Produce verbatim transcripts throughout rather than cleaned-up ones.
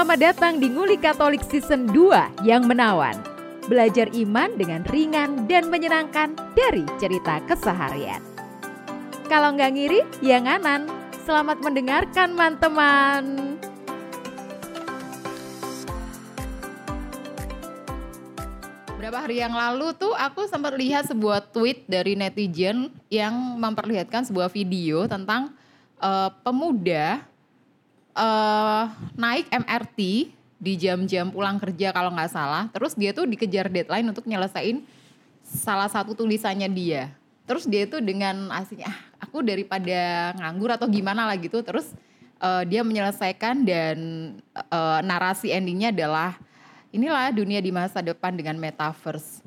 Selamat datang di Nguli Katolik Season dua yang menawan. Belajar iman dengan ringan dan menyenangkan dari cerita keseharian. Kalau nggak ngiri, ya nganan. Selamat mendengarkan, teman-teman. Beberapa hari yang lalu tuh aku sempat lihat sebuah tweet dari netizen yang memperlihatkan sebuah video tentang uh, pemuda uh, naik M R T di jam-jam pulang kerja kalau nggak salah. Terus dia tuh dikejar deadline untuk nyelesain salah satu tulisannya dia. Terus dia tuh dengan aslinya, ah, aku daripada nganggur atau gimana lah gitu. Terus uh, dia menyelesaikan dan uh, narasi endingnya adalah inilah dunia di masa depan dengan metaverse.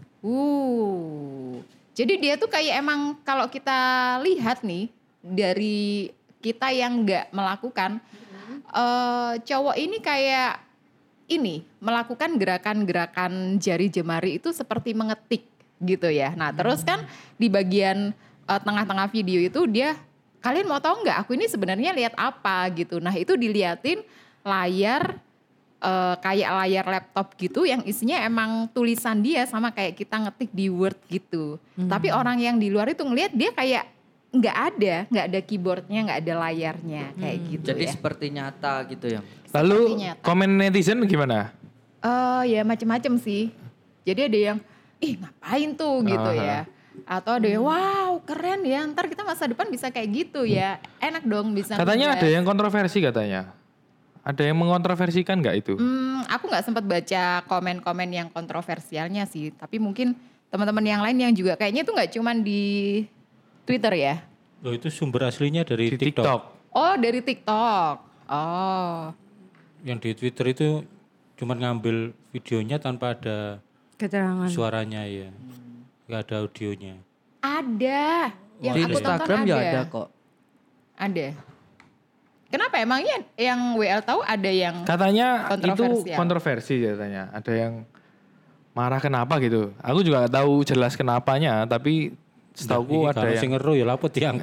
Uh, jadi dia tuh kayak emang kalau kita lihat nih dari kita yang nggak melakukan, uh, cowok ini kayak ini melakukan gerakan-gerakan jari jemari itu seperti mengetik gitu ya. Nah terus kan di bagian uh, tengah-tengah video itu dia, kalian mau tahu nggak aku ini sebenarnya lihat apa gitu. Nah itu diliatin layar uh, kayak layar laptop gitu yang isinya emang tulisan dia sama kayak kita ngetik di Word gitu. Hmm. Tapi orang yang di luar itu ngelihat dia kayak nggak ada, nggak ada keyboardnya, nggak ada layarnya kayak hmm. gitu. Jadi ya. seperti nyata gitu ya. Lalu komen netizen gimana? Uh, ya macam-macam sih. Jadi ada yang, ih ngapain tuh gitu uh-huh. ya. Atau ada yang, wow keren ya, ntar kita masa depan bisa kayak gitu ya. Enak dong bisa. Katanya ngeliat. Ada yang kontroversi katanya. Ada yang mengontroversikan gak itu? Hmm, aku gak sempat baca komen-komen yang kontroversialnya sih. Tapi mungkin teman-teman yang lain yang juga kayaknya itu gak cuman di Twitter ya. Loh itu sumber aslinya dari di TikTok. TikTok. Oh dari TikTok. Oh. Yang di Twitter itu cuma ngambil videonya tanpa ada keterangan suaranya ya. Gak ada audionya. Ada. Yang di aku Instagram tonton ya ada. ada kok. Ada. Kenapa emangnya yang W L tahu ada yang katanya itu kontroversi katanya. Ada yang marah kenapa gitu. Aku juga gak tahu jelas kenapanya, tapi setauku ada yang ngeru ya laput yang.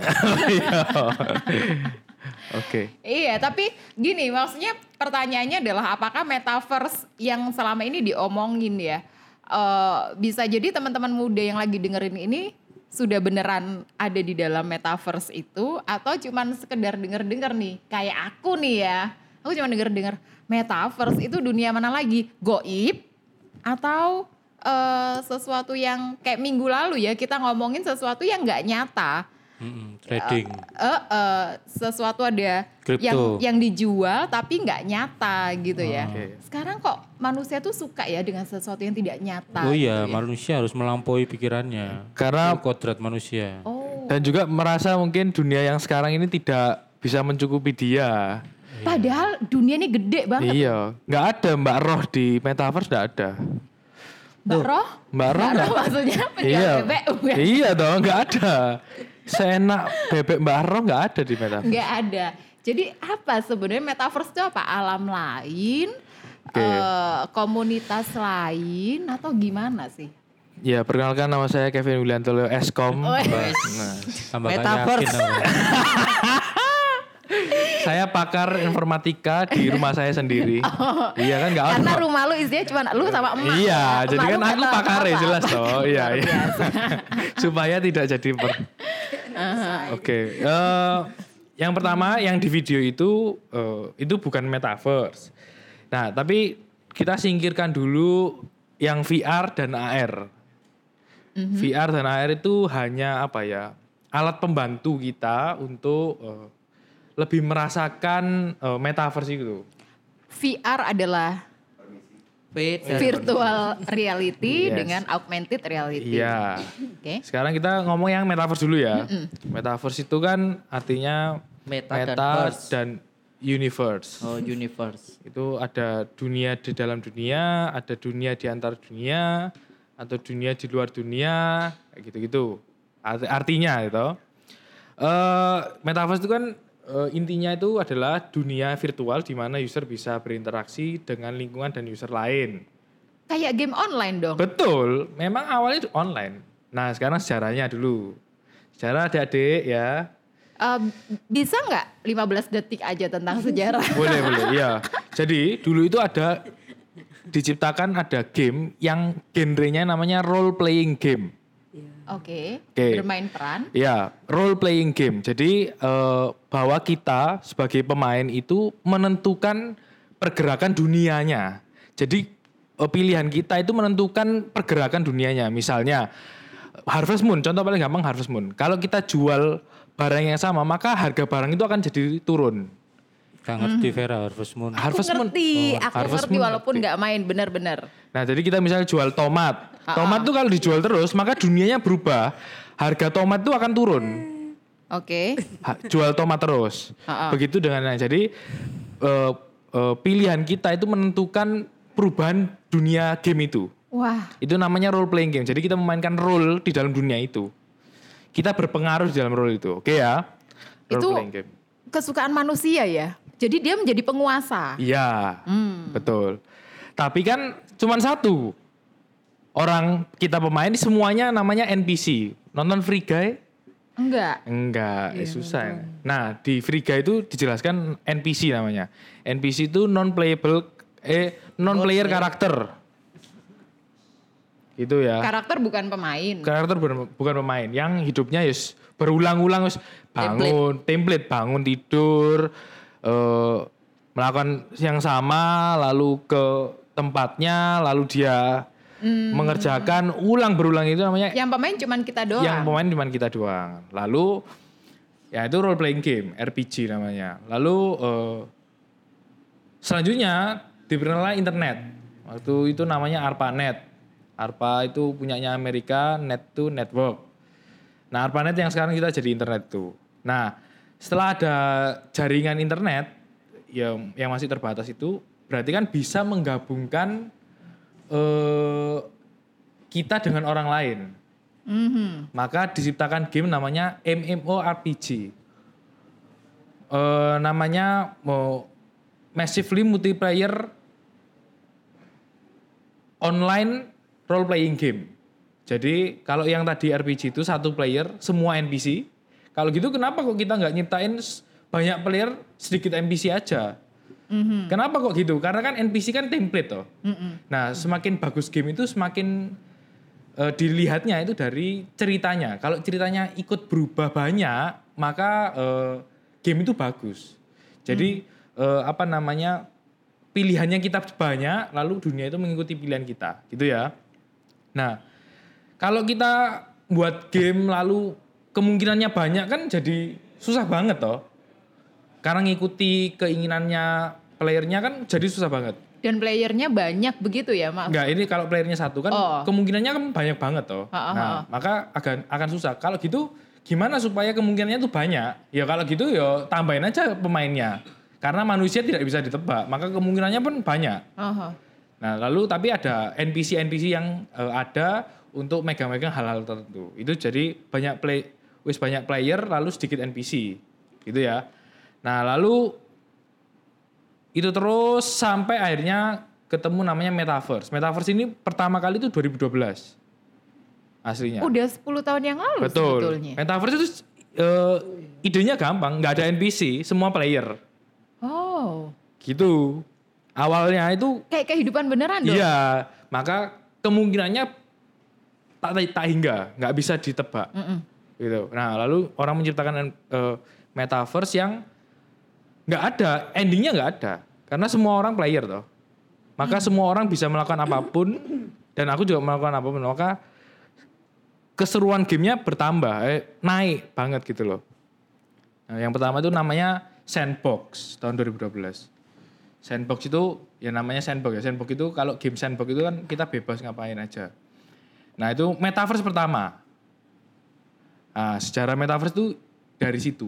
Oke. Okay. Iya, tapi gini maksudnya pertanyaannya adalah apakah metaverse yang selama ini diomongin ya uh, bisa jadi teman-teman muda yang lagi dengerin ini sudah beneran ada di dalam metaverse itu atau cuman sekedar denger-denger nih kayak aku nih ya. Aku cuma denger-denger metaverse itu dunia mana lagi? Goib atau uh, sesuatu yang kayak minggu lalu ya kita ngomongin sesuatu yang nggak nyata. Hmm, trading. Uh, uh, uh, sesuatu ada Crypto. yang yang dijual tapi nggak nyata gitu ya. Okay. Sekarang kok manusia tuh suka ya dengan sesuatu yang tidak nyata. Oh iya, gitu ya? manusia harus melampaui pikirannya. Karena kodrat manusia. Oh. Dan juga merasa mungkin dunia yang sekarang ini tidak bisa mencukupi dia. Padahal dunia ini gede banget. Iya, nggak ada Mbak Roh di metaverse, nggak ada. Mbak Roh? Mbak Roh, Mbak Roh maksudnya penjual iya. B B U ya? Iya dong, nggak ada. Seenak bebek Mbak Roh nggak ada di metaverse. Nggak ada. Jadi apa sebenarnya metaverse itu apa? Alam lain, okay. uh, komunitas lain atau gimana sih? Ya perkenalkan nama saya Kevin Willianto Eskom. Oh, nah. Metaverse. Saya pakar informatika di rumah saya sendiri. Oh, iya kan nggak ada. Karena rumah lu isinya cuma lu sama emak. Iya, ya. jadi kan aku pakar ya jelas toh. Iya, iya. Supaya tidak jadi per. Uh-huh. Oke, okay. uh, yang pertama yang di video itu uh, itu bukan metaverse. Nah, tapi kita singkirkan dulu yang V R dan A R. Mm-hmm. V R dan A R itu hanya apa ya? Alat pembantu kita untuk uh, lebih merasakan uh, metaverse itu. V R adalah virtual reality yes. dengan augmented reality. Iya. Oke. Okay. Sekarang kita ngomong yang metaverse dulu ya. Mm-mm. Metaverse itu kan artinya meta, meta dan, dan universe. Oh, universe. Itu ada dunia di dalam dunia, ada dunia di antar dunia, atau dunia di luar dunia, kayak gitu-gitu. Artinya itu. Uh, metaverse itu kan uh, intinya itu adalah dunia virtual di mana user bisa berinteraksi dengan lingkungan dan user lain. Kayak game online dong. Betul, memang awalnya online. Nah sekarang sejarahnya dulu. Sejarah adik-adik ya. Uh, bisa nggak lima belas detik aja tentang sejarah? Boleh, boleh, iya. Jadi dulu itu ada diciptakan ada game yang genrenya namanya role playing game. Oke. Oke. Bermain peran. Ya, role playing game. Jadi eh, bahwa kita sebagai pemain itu menentukan pergerakan dunianya. Jadi eh, pilihan kita itu menentukan pergerakan dunianya. Misalnya Harvest Moon, contoh paling gampang Harvest Moon. Kalau kita jual barang yang sama, maka harga barang itu akan jadi turun. Gak ngerti Vera Harvest Moon. Harvest aku Moon. ngerti, Oh, aku Harvest ngerti Moon walaupun ngerti. nggak main benar-benar. Nah, jadi kita misalnya jual tomat. Ha-ha. Tomat tuh kalau dijual terus, maka dunianya berubah. Harga tomat itu akan turun. Oke. Ha- jual tomat terus. Ha-ha. Begitu dengan jadi eh, eh, pilihan kita itu menentukan perubahan dunia game itu. Wah, Itu namanya role playing game. Jadi kita memainkan role di dalam dunia itu. Kita berpengaruh di dalam role itu. Oke ya? Role Itu- playing game. kesukaan manusia ya. Jadi dia menjadi penguasa. Iya. Hmm. Betul. Tapi kan cuman satu. Orang kita pemain semuanya namanya N P C. Nonton Free Guy? Enggak. Enggak, eh, susah. Nah, di Free Guy itu dijelaskan N P C namanya. N P C itu non playable eh non player karakter. Gitu ya. Karakter bukan pemain. Karakter bukan, bukan pemain yang hidupnya yus berulang-ulang yus bangun, template, bangun tidur, eh, melakukan yang sama lalu ke tempatnya lalu dia Hmm. mengerjakan ulang berulang itu namanya Yang pemain cuman kita doang. yang pemain cuma kita doang. Lalu ya itu role playing game, R P G namanya. Lalu eh, selanjutnya diperkenalkan internet. Waktu itu namanya ARPANET. ARPA itu punyanya Amerika, net itu network. Nah, ARPANET yang sekarang kita jadi internet tuh. Nah, setelah ada jaringan internet yang yang masih terbatas itu berarti kan bisa menggabungkan eh, kita dengan orang lain. Mhm. Maka diciptakan game namanya MMORPG. Eh, namanya mau Massively Multiplayer Online Role Playing Game. Jadi kalau yang tadi R P G itu satu player semua N P C. Kalau gitu kenapa kok kita nggak nyiptain s- banyak player sedikit N P C aja? Mhm. Kenapa kok gitu? Karena kan N P C kan template toh. Mhm. Nah, semakin bagus game itu semakin eh, dilihatnya itu dari ceritanya. Kalau ceritanya ikut berubah banyak, maka eh, game itu bagus. Jadi eh, apa namanya? Pilihannya kita banyak, lalu dunia itu mengikuti pilihan kita, gitu ya. Nah, kalau kita buat game lalu kemungkinannya banyak kan jadi susah banget toh. Karena ngikuti keinginannya playernya kan jadi susah banget. Dan playernya banyak begitu ya, Mak? Enggak, ini kalau playernya satu kan Oh. kemungkinannya kan banyak banget toh. Ha, ha, Nah, ha. maka akan akan susah. Kalau gitu gimana supaya kemungkinannya itu banyak? Ya kalau gitu ya tambahin aja pemainnya. Karena manusia tidak bisa ditebak, maka kemungkinannya pun banyak. Aha. Nah, lalu tapi ada N P C-N P C yang eh, ada untuk megang-megang hal-hal tertentu. Itu jadi banyak play wis banyak player lalu sedikit N P C. Gitu ya. Nah, lalu itu terus sampai akhirnya ketemu namanya Metaverse. Metaverse ini pertama kali itu dua ribu dua belas. Aslinya. Udah sepuluh tahun yang lalu Betul. sebetulnya. Metaverse itu eh, idenya gampang, nggak ada N P C, semua player. Oh. Gitu. Awalnya itu Kayak kehidupan beneran dong? iya, maka kemungkinannya tak tak hingga, nggak bisa ditebak. Mm-mm. Gitu. Nah, lalu orang menciptakan eh, metaverse yang nggak ada, endingnya nggak ada, karena semua orang player toh. Maka semua orang bisa melakukan apapun, dan aku juga melakukan apapun. Maka keseruan gamenya bertambah, eh, naik banget gitu loh. Nah, yang pertama itu namanya Sandbox tahun dua ribu dua belas. Sandbox itu ya namanya sandbox ya. Sandbox itu kalau game sandbox itu kan kita bebas ngapain aja. Nah itu metaverse pertama. Nah sejarah metaverse itu dari situ.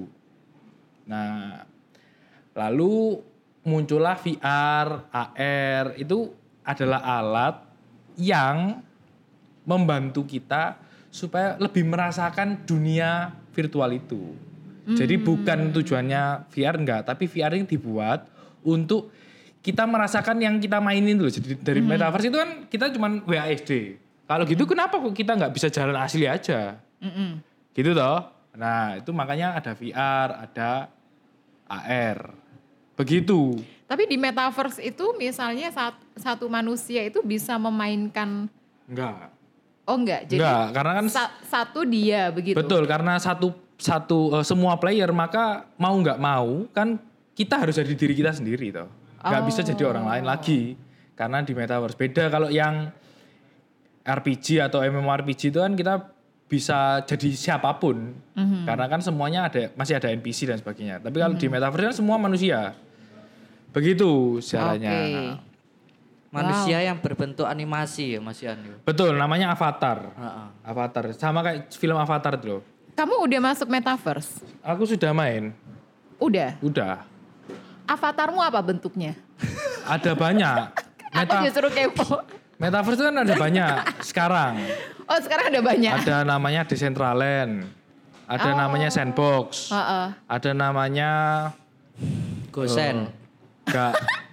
Nah lalu muncullah V R, A R itu adalah alat yang membantu kita supaya lebih merasakan dunia virtual itu. Jadi bukan tujuannya V R enggak, tapi V R ini dibuat untuk kita merasakan yang kita mainin dulu. Jadi dari metaverse itu kan kita cuman W A S D. Kalau gitu kenapa kok kita nggak bisa jalan asli aja? Mm-mm. Gitu toh. Nah itu makanya ada V R, ada A R. Begitu. Tapi di metaverse itu misalnya sat- satu manusia itu bisa memainkan, Enggak. oh enggak, jadi Enggak, karena kan sa- satu dia begitu. betul, karena satu satu uh, semua player, maka mau nggak mau kan kita harus jadi diri kita sendiri toh. Nggak Oh. bisa jadi orang lain lagi. Karena di metaverse beda kalau yang R P G atau MMORPG itu kan kita bisa jadi siapapun. Mhm. Karena kan semuanya ada, masih ada N P C dan sebagainya. Tapi kalau di metaverse kan semua manusia. Begitu caranya. Oke. Manusia yang berbentuk animasi ya Mas Yan. Betul, namanya Avatar. Heeh. Avatar, sama kayak film Avatar itu loh. Kamu udah masuk metaverse? Aku sudah main, Udah. udah. Avatarmu apa bentuknya? Ada banyak. Aku Meta, justru kepo. metaverse itu kan ada banyak sekarang. Oh sekarang ada banyak. Ada namanya Decentraland, ada Oh. namanya Sandbox, Heeh. ada namanya Gosen. gak,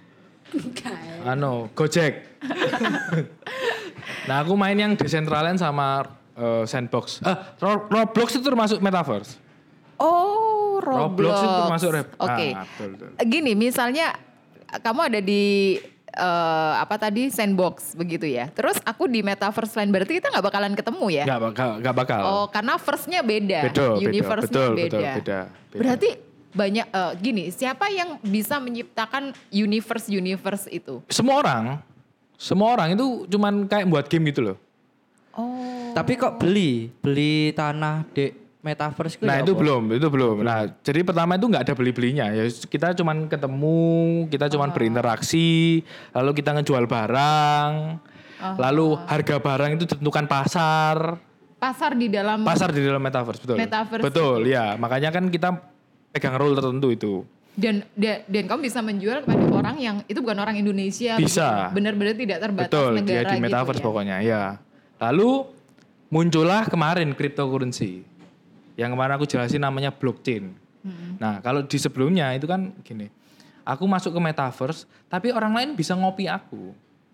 ano Gojek. Nah aku main yang Decentraland sama eh, Sandbox. Eh Ro- Roblox itu termasuk metaverse. Oh Roblox Roblox. itu termasuk rep- Oke. Ah, betul, betul. Gini misalnya kamu ada di eh, apa tadi Sandbox begitu ya. Terus aku di metaverse lain berarti kita nggak bakalan ketemu ya? Gak bakal, gak bakal. Oh karena first-nya beda, Betul, beda. universe-nya Betul, beda. betul, beda, beda. Berarti banyak eh, gini, siapa yang bisa menciptakan universe-universe itu? Semua orang, semua orang itu cuman kayak buat game gitu loh. Oh. Tapi kok beli? Beli tanah di metaverse Nah ya itu apa? belum, itu belum. Nah jadi pertama itu nggak ada beli-belinya ya. Kita cuman ketemu, kita cuman berinteraksi, lalu kita ngejual barang, lalu harga barang itu ditentukan pasar, Pasar di dalam pasar di dalam metaverse betul. Metaverse betul ya. Makanya kan kita pegang role tertentu itu. dan, dan dan kamu bisa menjual kepada orang yang itu bukan orang Indonesia. Bisa. begitu. Benar-benar tidak terbatas Betul, negara dia di metaverse gitu ya. pokoknya ya. Lalu muncullah kemarin cryptocurrency. Yang kemarin aku jelasin namanya blockchain. Nah, kalau di sebelumnya itu kan gini. Aku masuk ke metaverse, tapi orang lain bisa ngopi aku.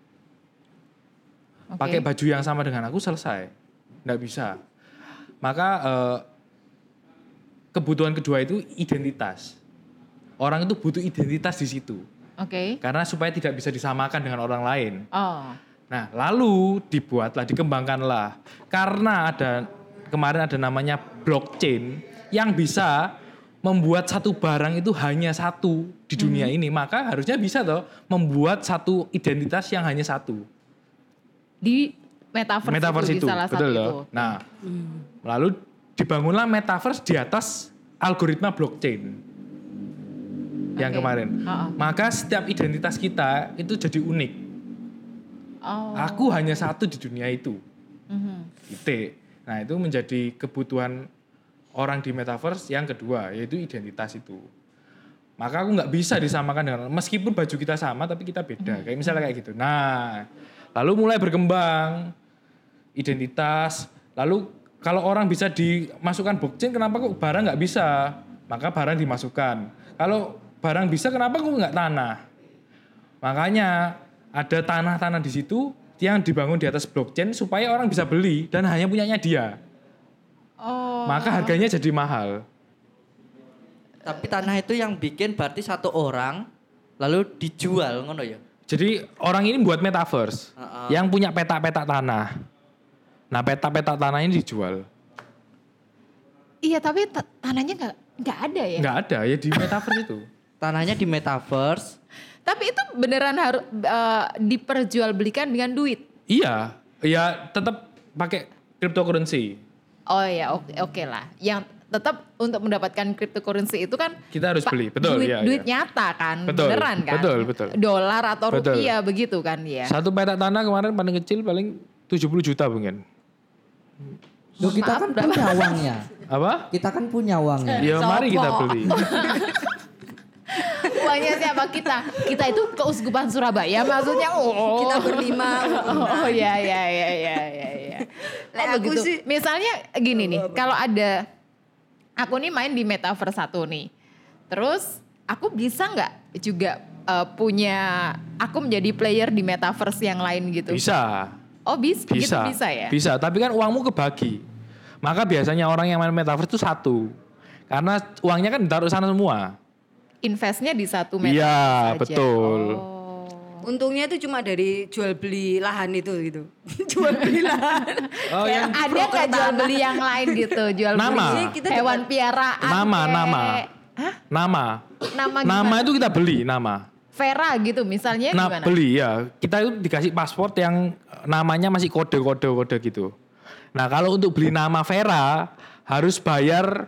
Oke. Pakai baju yang sama dengan aku selesai. Nggak bisa. Maka eh, kebutuhan kedua itu identitas. Orang itu butuh identitas di situ. Oke. Karena supaya tidak bisa disamakan dengan orang lain. Oh. Nah, lalu dibuatlah, dikembangkanlah. Karena ada kemarin ada namanya blockchain yang bisa membuat satu barang itu hanya satu di dunia ini, maka harusnya bisa toh membuat satu identitas yang hanya satu. Di metaverse, Metaverse itu, itu, di salah betul satu loh. itu. Nah, lalu dibangunlah metaverse di atas algoritma blockchain. Yang Oke. kemarin. Ha-ha. Maka setiap identitas kita itu jadi unik. Oh. Aku hanya satu di dunia itu. Mhm. Titik. Nah itu menjadi kebutuhan orang di metaverse yang kedua, yaitu identitas itu. Maka aku nggak bisa disamakan dengan, meskipun baju kita sama tapi kita beda. Kayak misalnya kayak gitu. Nah, lalu mulai berkembang identitas. Lalu kalau orang bisa dimasukkan blockchain, kenapa kok barang nggak bisa? Maka barang dimasukkan. Kalau barang bisa, kenapa kok nggak tanah? Makanya ada tanah-tanah di situ yang dibangun di atas blockchain supaya orang bisa beli dan hanya punyanya dia. Oh. Maka harganya jadi mahal. Tapi tanah itu yang bikin berarti satu orang lalu dijual ngono ya. Jadi orang ini buat metaverse Uh-uh. yang punya peta-peta tanah. Nah peta-peta tanah ini dijual. Iya tapi ta- tanahnya nggak nggak ada ya. Nggak ada ya di metaverse itu. Tanahnya di metaverse. Tapi itu beneran harus eh, diperjualbelikan dengan duit. Iya, ya tetap pakai cryptocurrency. Oh ya oke oke lah. Yang tetap untuk mendapatkan cryptocurrency itu kan Kita harus pa- beli, betul, duit, iya, duit iya. nyata kan, Betul, beneran kan? betul, betul. Dolar atau Betul. rupiah begitu kan ya. Satu peta tanah kemarin paling kecil paling tujuh puluh juta mungkin. Loh, kita Maaf, kan berapa? punya uangnya. Apa? Kita kan punya uangnya. Ya mari kita Sopo. beli. Uangnya siapa kita? Kita itu keuskupan Surabaya maksudnya. Oh. Kita berlima. Oh ya ya ya ya ya ya. Lah, Oh, aku begitu. sih- Misalnya gini nih, kalau ada aku nih main di metaverse satu nih. Terus aku bisa nggak juga eh, punya aku menjadi player di metaverse yang lain gitu? Bisa. Oh bis, Bisa. gitu bisa ya? Bisa, tapi kan uangmu kebagi. Maka biasanya orang yang main metaverse itu satu. Karena uangnya kan ditaruh sana semua. investnya di satu metaverse Iya, saja. betul. Oh. Untungnya itu cuma dari jual beli lahan itu gitu. Jual beli lahan. Oh, yang Ada nggak jual beli yang lain gitu? Jual Nama. beli Kita hewan piaraan. Nama, kayak- nama. Hah? Nama. Nama Nama gimana? itu kita beli nama. Vera gitu misalnya Nah, gimana? beli ya. Kita itu dikasih paspor yang namanya masih kode-kode-kode gitu. Nah, kalau untuk beli nama Vera harus bayar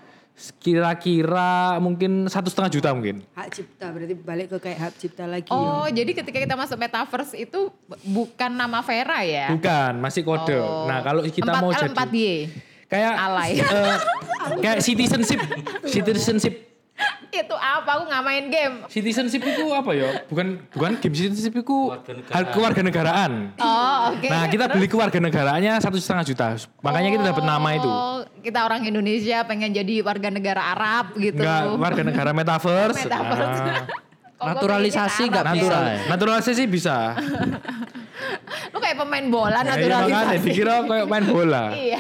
kira-kira mungkin satu setengah juta mungkin. Hak cipta berarti balik ke kayak hak cipta lagi. Oh, jadi ketika kita masuk metaverse itu b- bukan nama Vera ya? Bukan, masih kode. Oh. Nah, kalau kita empat mau L, jadi empat Y. kayak Alay. eh, kayak citizenship, citizenship. Itu apa? Aku nggak main game. Citizenship itu apa ya? Bukan bukan game citizenship itu hal kewarganegaraan. Oh, oke. Nah, kita beli kewarganegaraannya satu setengah juta. Makanya kita dapat nama itu. Oh, kita orang Indonesia pengen jadi warga negara Arab gitu. Enggak warga negara metaverse. Metaverse. Nah, Kok gua Naturalisasi pengennya nggak Arab bisa. ya? naturalisasi bisa. Lu kayak pemain bola Ya, iya, makanya naturalisasi. dikira kayak main bola. Iya.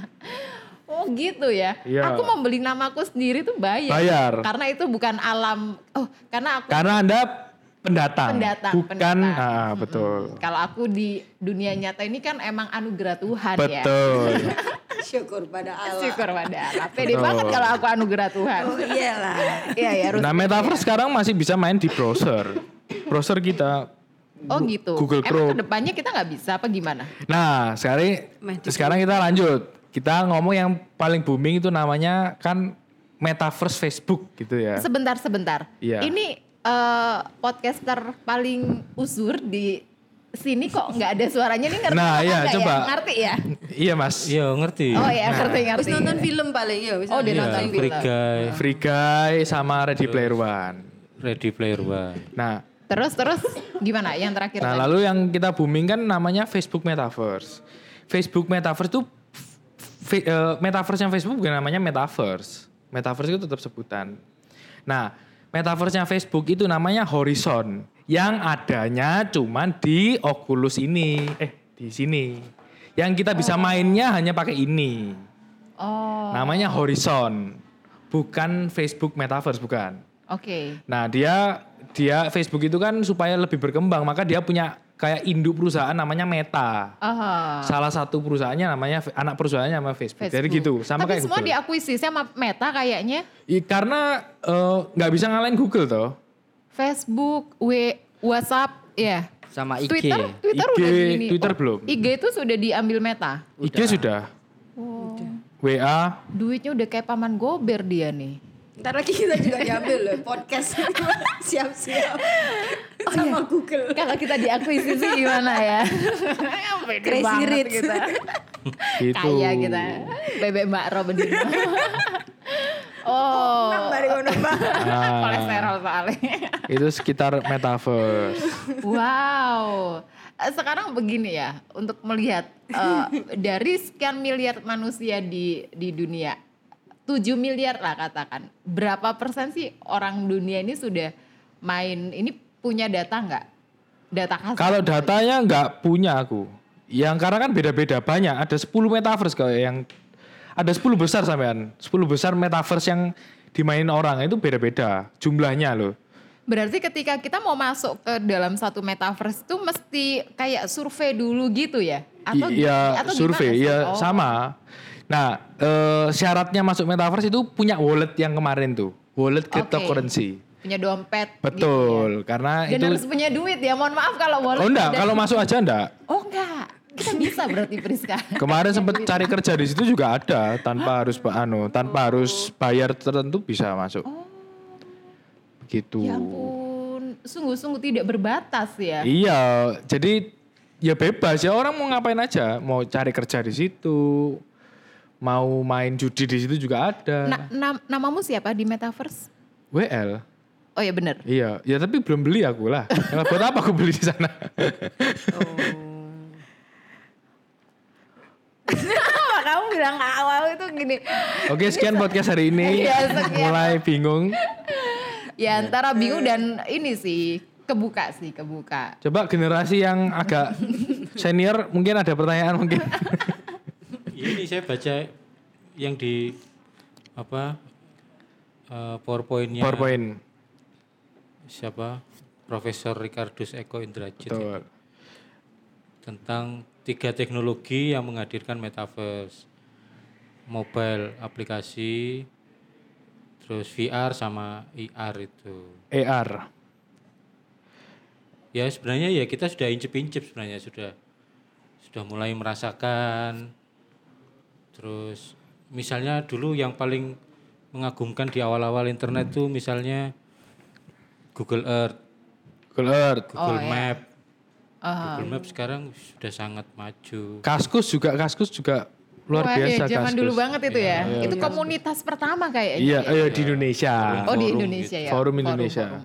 Oh gitu ya. Iya. Aku membeli namaku sendiri tuh bayar. Bayar. Karena itu bukan alam. Oh, karena aku Karena Anda pendatang. Pendatang, Bukan pendatang. ah, betul. kalau aku di dunia nyata ini kan emang anugerah Tuhan ya. Betul. Syukur pada Allah. Syukur pada Allah. Pede Betul. banget kalau aku anugerah Tuhan. Oh iyalah. Iya ya harus. Nah, metaverse sekarang masih bisa main di browser. Browser kita. Oh gitu. Google Emang Chrome. kedepannya kita nggak bisa apa gimana? Nah, sekarang sekarang kita lanjut. Kita ngomong yang paling booming itu namanya kan metaverse Facebook gitu ya. Sebentar sebentar. Iya. Ini eh, podcaster paling usur di sini kok nggak ada suaranya nih ngerti? Nah, apa iya, nggak coba. Ya? Ngerti ya? Iya, Mas. Iya ngerti. Oh ya ngerti Wis ngerti. nonton film paling ya. wis Oh, dia Iya, nonton film. Free Guy, Free Guy sama Ready Player One. Ready Player One. Nah, Terus terus gimana yang terakhir nah tadi? lalu yang kita booming kan namanya Facebook Metaverse. Facebook Metaverse itu fe- eh, metaverse yang Facebook bukan namanya Metaverse. Metaverse itu tetap sebutan. Nah, Metaverse-nya Facebook itu namanya Horizon yang adanya cuman di Oculus ini, eh di sini. Yang kita bisa mainnya hanya pakai ini. Oh, Namanya Horizon. Bukan Facebook Metaverse, bukan. oke. Nah, dia dia Facebook itu kan supaya lebih berkembang, maka dia punya kayak induk perusahaan namanya Meta. Aha. Salah satu perusahaannya namanya anak perusahaannya nama Facebook. Jadi gitu, sama Tapi kayak semua Google. diakuisisi sama Meta kayaknya. I, karena eh, nggak bisa ngalahin Google toh. Facebook, W, WhatsApp, ya. Sama I G. Twitter, Twitter I G, udah gini. Twitter Oh, belum. I G itu sudah diambil Meta. I G sudah. W A. Duitnya udah kayak paman gober dia nih. Ntar lagi kita juga diambil loh podcast. Siap-siap. Sama Google. Kalau kita diakuisisi gimana ya? Pede Crazy banget rich. kita. Gitu. Kaya kita. Bebek Mbak Robin. Oh. Nambah ngono Pak. Nah, Kolesterol soalnya. itu sekitar Metaverse. Wow. Eh, Sekarang begini ya, untuk melihat eh, dari sekian miliar manusia di di dunia, tujuh miliar lah katakan, berapa persen sih orang dunia ini sudah main, ini punya data nggak? Data kasar. Kalau datanya nggak punya aku. Yang karena kan beda-beda banyak. Ada sepuluh metaverse kalau yang ada sepuluh besar sampean. sepuluh besar metaverse yang dimainin orang itu beda-beda jumlahnya loh. Berarti ketika kita mau masuk ke dalam satu metaverse itu mesti kayak survei dulu gitu ya? Atau Iya, atau survei, gimana sih? iya Oh. sama. Nah, eh, syaratnya masuk metaverse itu punya wallet yang kemarin tuh, wallet Oke. cryptocurrency. Punya dompet. Betul, Gitu karena ya? Dan itu. harus punya duit ya. Mohon maaf kalau wallet. Oh enggak, udah- kalau masuk aja enggak. Oh enggak. Kita bisa berarti Priska. Kemarin sempat cari kerja di situ juga ada, tanpa harus anu, tanpa harus bayar tertentu bisa masuk. Begitu. Ya ampun, sungguh-sungguh tidak berbatas ya. Iya, jadi ya bebas ya orang mau ngapain aja, mau cari kerja di situ, mau main judi di situ juga ada. Na- nam- namamu siapa di metaverse? W L. Oh ya benar. Iya, ya tapi belum beli aku lah. Ya, buat apa aku beli di sana? Apa kamu bilang awal itu gini? Oke, sekian podcast hari ini. Iya, sekian. Mulai bingung. Ya antara bingung dan ini sih kebuka sih kebuka. Coba generasi yang agak senior mungkin ada pertanyaan mungkin. Ini saya baca yang di apa eh, PowerPoint-nya PowerPoint. siapa Profesor Ricardus Eko Indrajit Betul. ya. Tentang tiga teknologi yang menghadirkan metaverse, mobile aplikasi, terus V R sama I R itu. A R. Ya sebenarnya ya kita sudah incip-incip sebenarnya sudah sudah mulai merasakan. Terus misalnya dulu yang paling mengagumkan di awal-awal internet tuh misalnya Google Earth, Google Earth. Google Oh, ya. Map. Ah. Google Map sekarang sudah sangat maju. Kaskus juga, Kaskus juga luar Wah, biasa iya, zaman Kaskus. dulu banget itu ya. Itu komunitas pertama kayaknya. Iya, ya? iya di Indonesia. Oh di Forum Indonesia gitu. ya. Forum Indonesia. forum.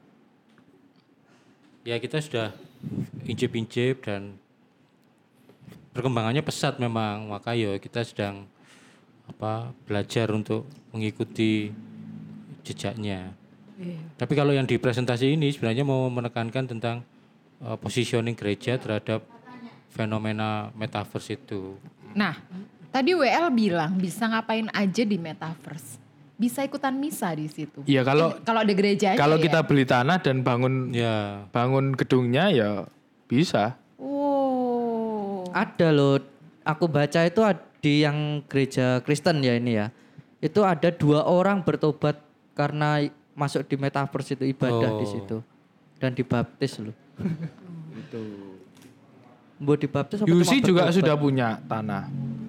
Ya kita sudah incip-incip dan perkembangannya pesat memang. Maka ya kita sedang apa belajar untuk mengikuti jejaknya. Tapi kalau yang di presentasi ini sebenarnya mau menekankan tentang uh, positioning gereja terhadap fenomena metaverse itu. Nah, tadi W L bilang bisa ngapain aja di metaverse. Bisa ikutan misa di situ. Iya, kalau- Eh, kalau ada gereja aja Kalau ya? kita beli tanah dan bangun Ya, bangun gedungnya ya bisa. Wow. Ada loh, aku baca itu ad- di yang gereja Kristen ya ini ya. Itu ada dua orang bertobat karena masuk di metaverse itu ibadah Oh. di situ dan dibaptis loh. Itu. Mau dibaptis apa Yusi cuma juga bertobat? sudah punya tanah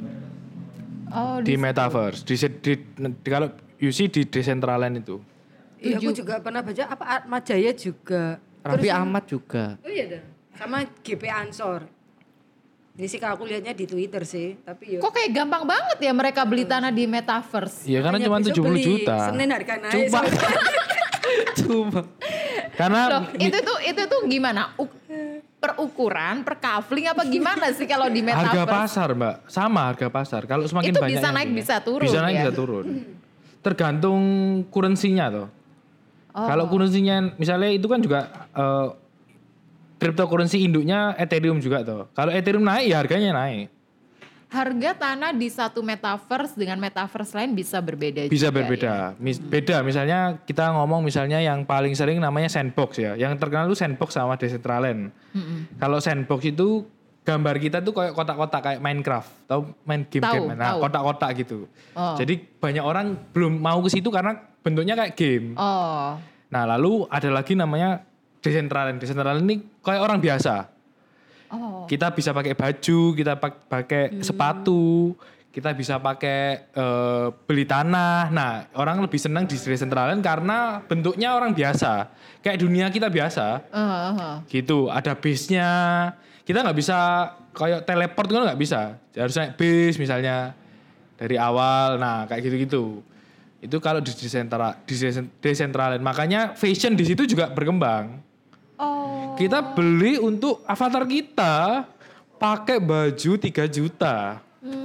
Oh, di metaverse. Di, di, di- kalau Yusi di Decentraland itu. Iya, aku juga pernah baca apa Atma Jaya juga. Raffi Terus- Ahmad juga. Oh iya dah. Sama G P Ansor. Ini sih kalau aku lihatnya di Twitter sih, tapi yo. Kok kayak gampang banget ya mereka beli tanah di metaverse? Iya karena Makanya cuma besok tujuh puluh beli. juta. Senin harga naik. Cuma. soalnya. Cuma. Karena Loh, itu tuh itu tuh gimana? U- perukuran, per kafling apa gimana sih kalau di harga metaverse? pasar mbak, sama harga pasar. Kalau semakin Itu banyak bisa yang naik, punya, bisa turun Bisa naik ya? bisa turun. Tergantung kurensinya tuh. Oh. Kalau kurensinya misalnya itu kan juga eh, cryptocurrency induknya Ethereum juga tuh. Kalau Ethereum naik ya harganya naik. Harga tanah di satu metaverse dengan metaverse lain bisa berbeda Bisa juga berbeda. ya? Mis- beda misalnya kita ngomong misalnya yang paling sering namanya sandbox ya. Yang terkenal itu sandbox sama Decentraland. Kalau sandbox itu gambar kita tuh kayak kotak-kotak kayak Minecraft. Tahu main game Tahu, game. Nah, tahu. kotak-kotak gitu. Oh. Jadi banyak orang belum mau ke situ karena bentuknya kayak game. Oh, Nah, lalu ada lagi namanya Decentraland. Decentraland ini kayak orang biasa. oh. Kita bisa pakai baju, kita pak- pakai sepatu, kita bisa pakai eh, beli tanah. Nah, orang lebih senang di Decentraland karena bentuknya orang biasa. Kayak dunia kita biasa. Uh, uh, uh. Gitu, ada base-nya. Kita nggak bisa kayak teleport kan nggak bisa. Harus naik base misalnya dari awal. Nah, kayak gitu-gitu. Itu kalau di Decentraland, di Decentraland. Makanya fashion di situ juga berkembang. Oh. Kita beli untuk avatar kita pakai baju tiga juta.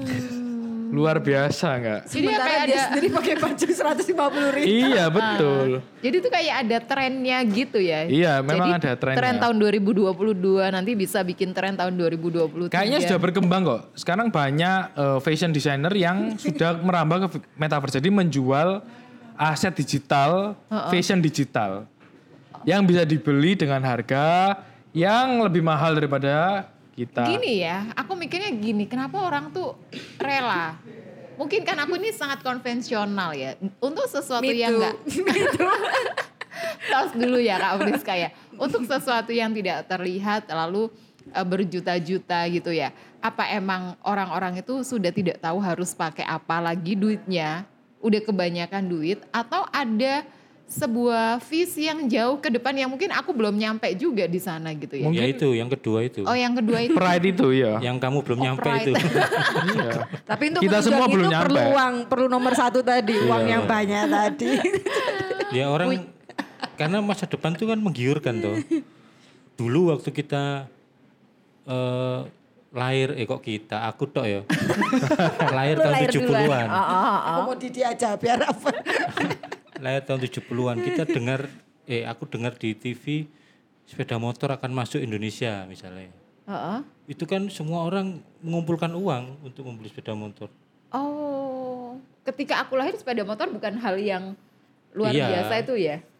Luar biasa nggak? Jadi ya Sementara kayak dia ada sendiri pakai baju seratus lima puluh ribu. Iya betul. Jadi itu kayak ada trennya gitu ya. Iya, memang Jadi ada trennya. Tren tahun dua ribu dua puluh dua nanti bisa bikin tren tahun dua ribu dua puluh tiga. Kayaknya sudah berkembang kok. Sekarang banyak eh, fashion designer yang sudah merambah ke metaverse. Jadi menjual aset digital, fashion digital. Yang bisa dibeli dengan harga yang lebih mahal daripada kita. Gini ya, aku mikirnya gini, kenapa orang tuh rela? Mungkin kan aku ini sangat konvensional ya. Untuk sesuatu Me yang too. enggak tos dulu ya Kak Friska ya. Untuk sesuatu yang tidak terlihat lalu eh, berjuta-juta gitu ya. Apa emang orang-orang itu sudah tidak tahu harus pakai apa lagi duitnya? Udah kebanyakan duit atau ada sebuah visi yang jauh ke depan yang mungkin aku belum nyampe juga di sana gitu ya. ya itu yang kedua itu. Oh yang kedua itu. Pride itu ya. Yang kamu belum Oh, nyampe pride. itu. Iya. Tapi untuk Kita menunjang semua belum itu perlu nyampe. uang, perlu nomor satu tadi, uang Iya. yang banyak tadi. Ya orang karena masa depan tuh kan menggiurkan tuh. Dulu waktu kita eh, lahir, eh kok kita, aku tok ya. lahir tahun lahir tujuh puluhan. duluan. Oh, oh, oh. Mau Didi aja biar apa. Lahir tahun tujuh puluhan. Kita dengar, eh aku dengar di T V sepeda motor akan masuk Indonesia misalnya. Oh, oh. Itu kan semua orang mengumpulkan uang untuk membeli sepeda motor. Oh, ketika aku lahir sepeda motor bukan hal yang luar Iya. biasa itu ya?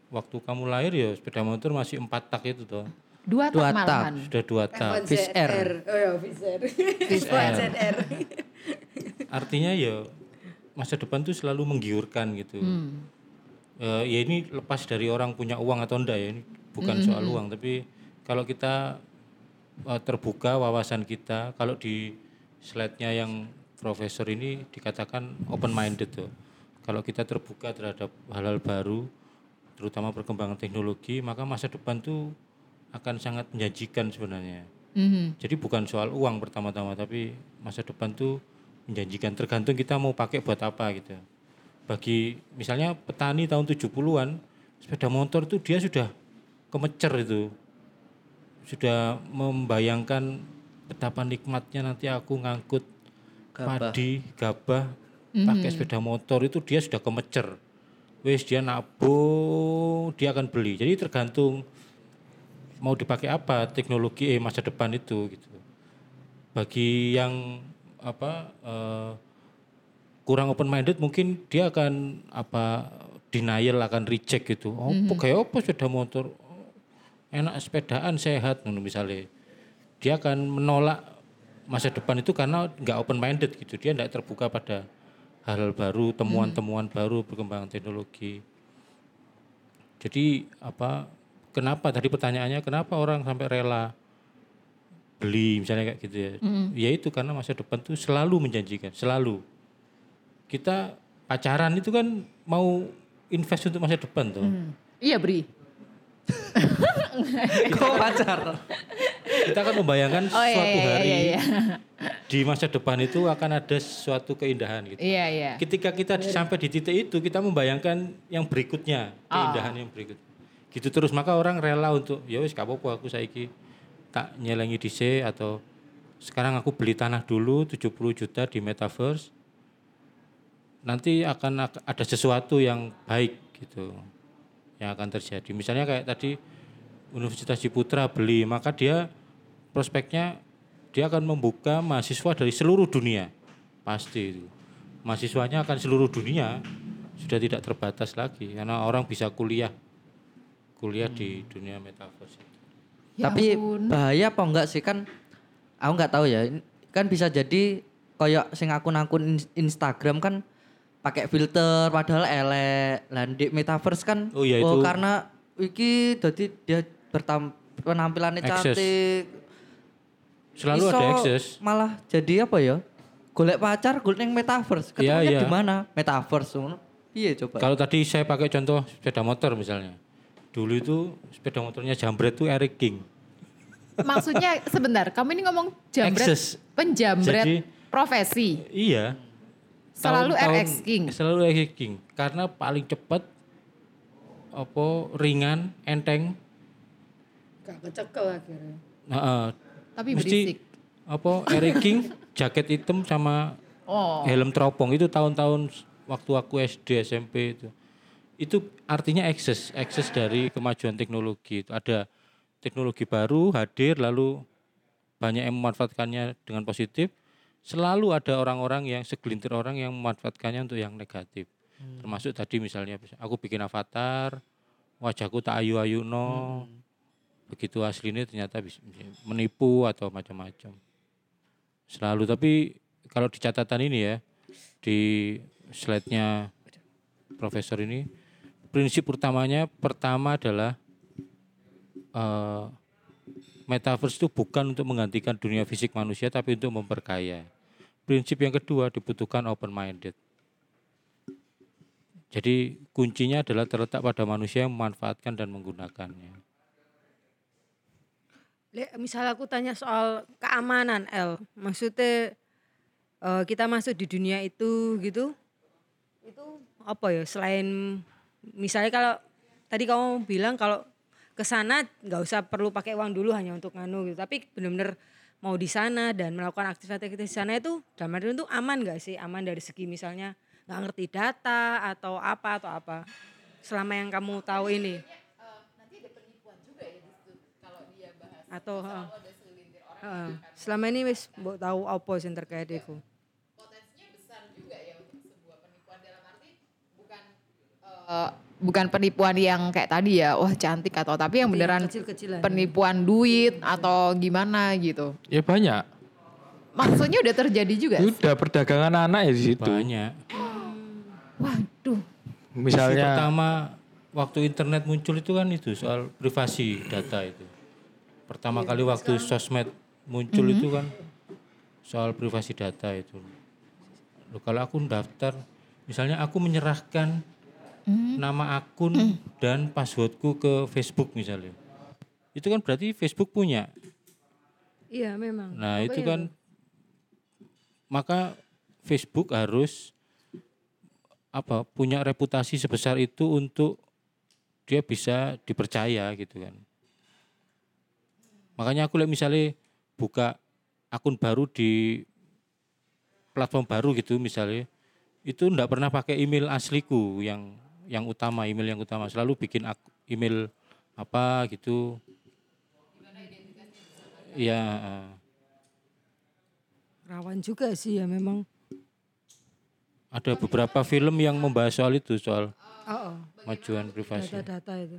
waktu kamu lahir ya sepeda motor masih empat tak itu toh. Dua tak Dua tak. malahan. Sudah dua tak. Fish Air. Oh ya, Fish Air. Fish Air. Z R. Artinya ya masa depan tuh selalu menggiurkan gitu. Hmm. Eh, ya ini lepas dari orang punya uang atau enggak ya, ini bukan soal uang, tapi kalau kita eh, terbuka wawasan kita, kalau di slide-nya yang profesor ini dikatakan open minded tuh. Kalau kita terbuka terhadap hal-hal baru, terutama perkembangan teknologi, maka masa depan tuh akan sangat menjanjikan sebenarnya. Mhm. Jadi bukan soal uang pertama-tama, tapi masa depan tuh menjanjikan, tergantung kita mau pakai buat apa gitu. Bagi misalnya petani tahun tujuh puluhan, sepeda motor tuh dia sudah kemecer itu. Sudah membayangkan betapa nikmatnya nanti aku ngangkut Gabah. padi, gabah, pakai sepeda motor itu dia sudah kemecer. Wes dia nabung, dia akan beli. Jadi tergantung mau dipakai apa teknologi eh, masa depan itu gitu. Bagi yang apa eh, kurang open minded mungkin dia akan apa denial, akan reject gitu. Oh, mm-hmm. kayak apa sepeda motor? Enak sepedaan sehat misalnya. Dia akan menolak masa depan itu karena nggak open minded gitu. Dia nggak terbuka pada hal-hal baru, temuan-temuan mm-hmm. baru, perkembangan teknologi. Jadi apa kenapa tadi pertanyaannya kenapa orang sampai rela beli misalnya kayak gitu ya. Mm-hmm. Ya itu karena masa depan tuh selalu menjanjikan, selalu. Kita pacaran itu kan mau invest untuk masa depan tuh. Hmm. Iya, Bri. Kok pacar? Kita kan membayangkan Oh, iya, suatu iya, hari iya, iya. di masa depan itu akan ada suatu keindahan gitu. Iya, iya. Ketika kita sampai di titik itu, kita membayangkan yang berikutnya, keindahan Oh. yang berikut. Gitu terus, maka orang rela untuk, ya wis gak apa-apa aku saiki tak nyelengi dhisik atau sekarang aku beli tanah dulu tujuh puluh juta di metaverse. Nanti akan ada sesuatu yang baik gitu yang akan terjadi. Misalnya kayak tadi Universitas Ciputra beli, maka dia prospeknya dia akan membuka mahasiswa dari seluruh dunia. Pasti itu. Mahasiswanya akan seluruh dunia, sudah tidak terbatas lagi karena orang bisa kuliah kuliah hmm. di dunia metaverse. Ya Tapi ampun. bahaya apa enggak sih kan aku enggak tahu ya. Kan bisa jadi kayak sing akun-akun Instagram kan pakai filter padahal elek. Lah di metaverse kan Oh, iya, itu. karena iki dadi dia bertam penampilannya Access. cantik. Selalu Iso ada akses. Malah jadi apa ya? Golek pacar golek ning metaverse. Iya, Ketemunya iya. di mana? Metaverse ngono. Piye coba? Kalau tadi saya pakai contoh sepeda motor misalnya. Dulu itu sepeda motornya jambret itu Eric King. Maksudnya sebentar, kamu ini ngomong jambret, Access. penjambret Jadi- profesi. Iya. Selalu Tahun-tahun- R X King. Selalu R X King karena paling cepat apa ringan, enteng. Gak kecekel akhirnya. Heeh. Tapi Mesti berisik. apa R X King jaket hitam sama Oh. helm teropong itu tahun-tahun waktu aku S D S M P itu. Itu artinya akses, akses dari kemajuan teknologi itu ada teknologi baru hadir lalu banyak yang memanfaatkannya dengan positif. Selalu ada orang-orang yang segelintir orang yang memanfaatkannya untuk yang negatif. Hmm. Termasuk tadi misalnya aku bikin avatar, wajahku tak ayu-ayu no. Hmm. Begitu aslinya ternyata bisa menipu atau macam-macam. Selalu, tapi kalau di catatan ini ya, di slide-nya profesor ini, prinsip utamanya pertama adalah uh, metaverse itu bukan untuk menggantikan dunia fisik manusia, tapi untuk memperkaya. Prinsip yang kedua dibutuhkan open minded. Jadi kuncinya adalah terletak pada manusia yang memanfaatkan dan menggunakannya. Misalnya aku tanya soal keamanan, El. Maksudnya uh, kita masuk di dunia itu gitu, itu apa ya? Selain misalnya kalau tadi kamu bilang kalau ke sana nggak usah perlu pakai uang dulu hanya untuk nganu gitu, tapi benar-benar mau di sana dan melakukan aktivitas di sana itu dalam arti itu aman nggak sih? Aman dari segi misalnya nggak ngerti data atau apa atau apa? Selama yang kamu tahu ini. Atau uh, uh, selama ini wis mbok tahu apa sing terkait itu. Potensinya besar juga ya untuk sebuah penipuan dalam arti bukan uh, bukan penipuan yang kayak tadi ya, wah cantik atau tapi yang beneran kecil-kecilan. penipuan duit atau gimana gitu. Ya banyak. Maksudnya udah terjadi juga? Udah perdagangan anak ya di situ. Banyak. Waduh. Isu Misalnya pertama waktu internet muncul itu kan itu soal privasi data itu. Pertama kali waktu sosmed muncul itu kan soal privasi data itu. Loh, kalau aku daftar, misalnya aku menyerahkan nama akun dan passwordku ke Facebook misalnya. Itu kan berarti Facebook punya. Iya memang. Nah Apa itu ya? kan maka Facebook harus apa punya reputasi sebesar itu untuk dia bisa dipercaya gitu kan. Makanya aku lihat misalnya buka akun baru di platform baru gitu misalnya, itu enggak pernah pakai email asliku yang yang utama, email yang utama, selalu bikin ak- email apa gitu. Iya, eh. Rawan juga sih ya memang. Ada beberapa film yang membahas soal itu, soal Oh, oh. majuan privasi. Data-data itu.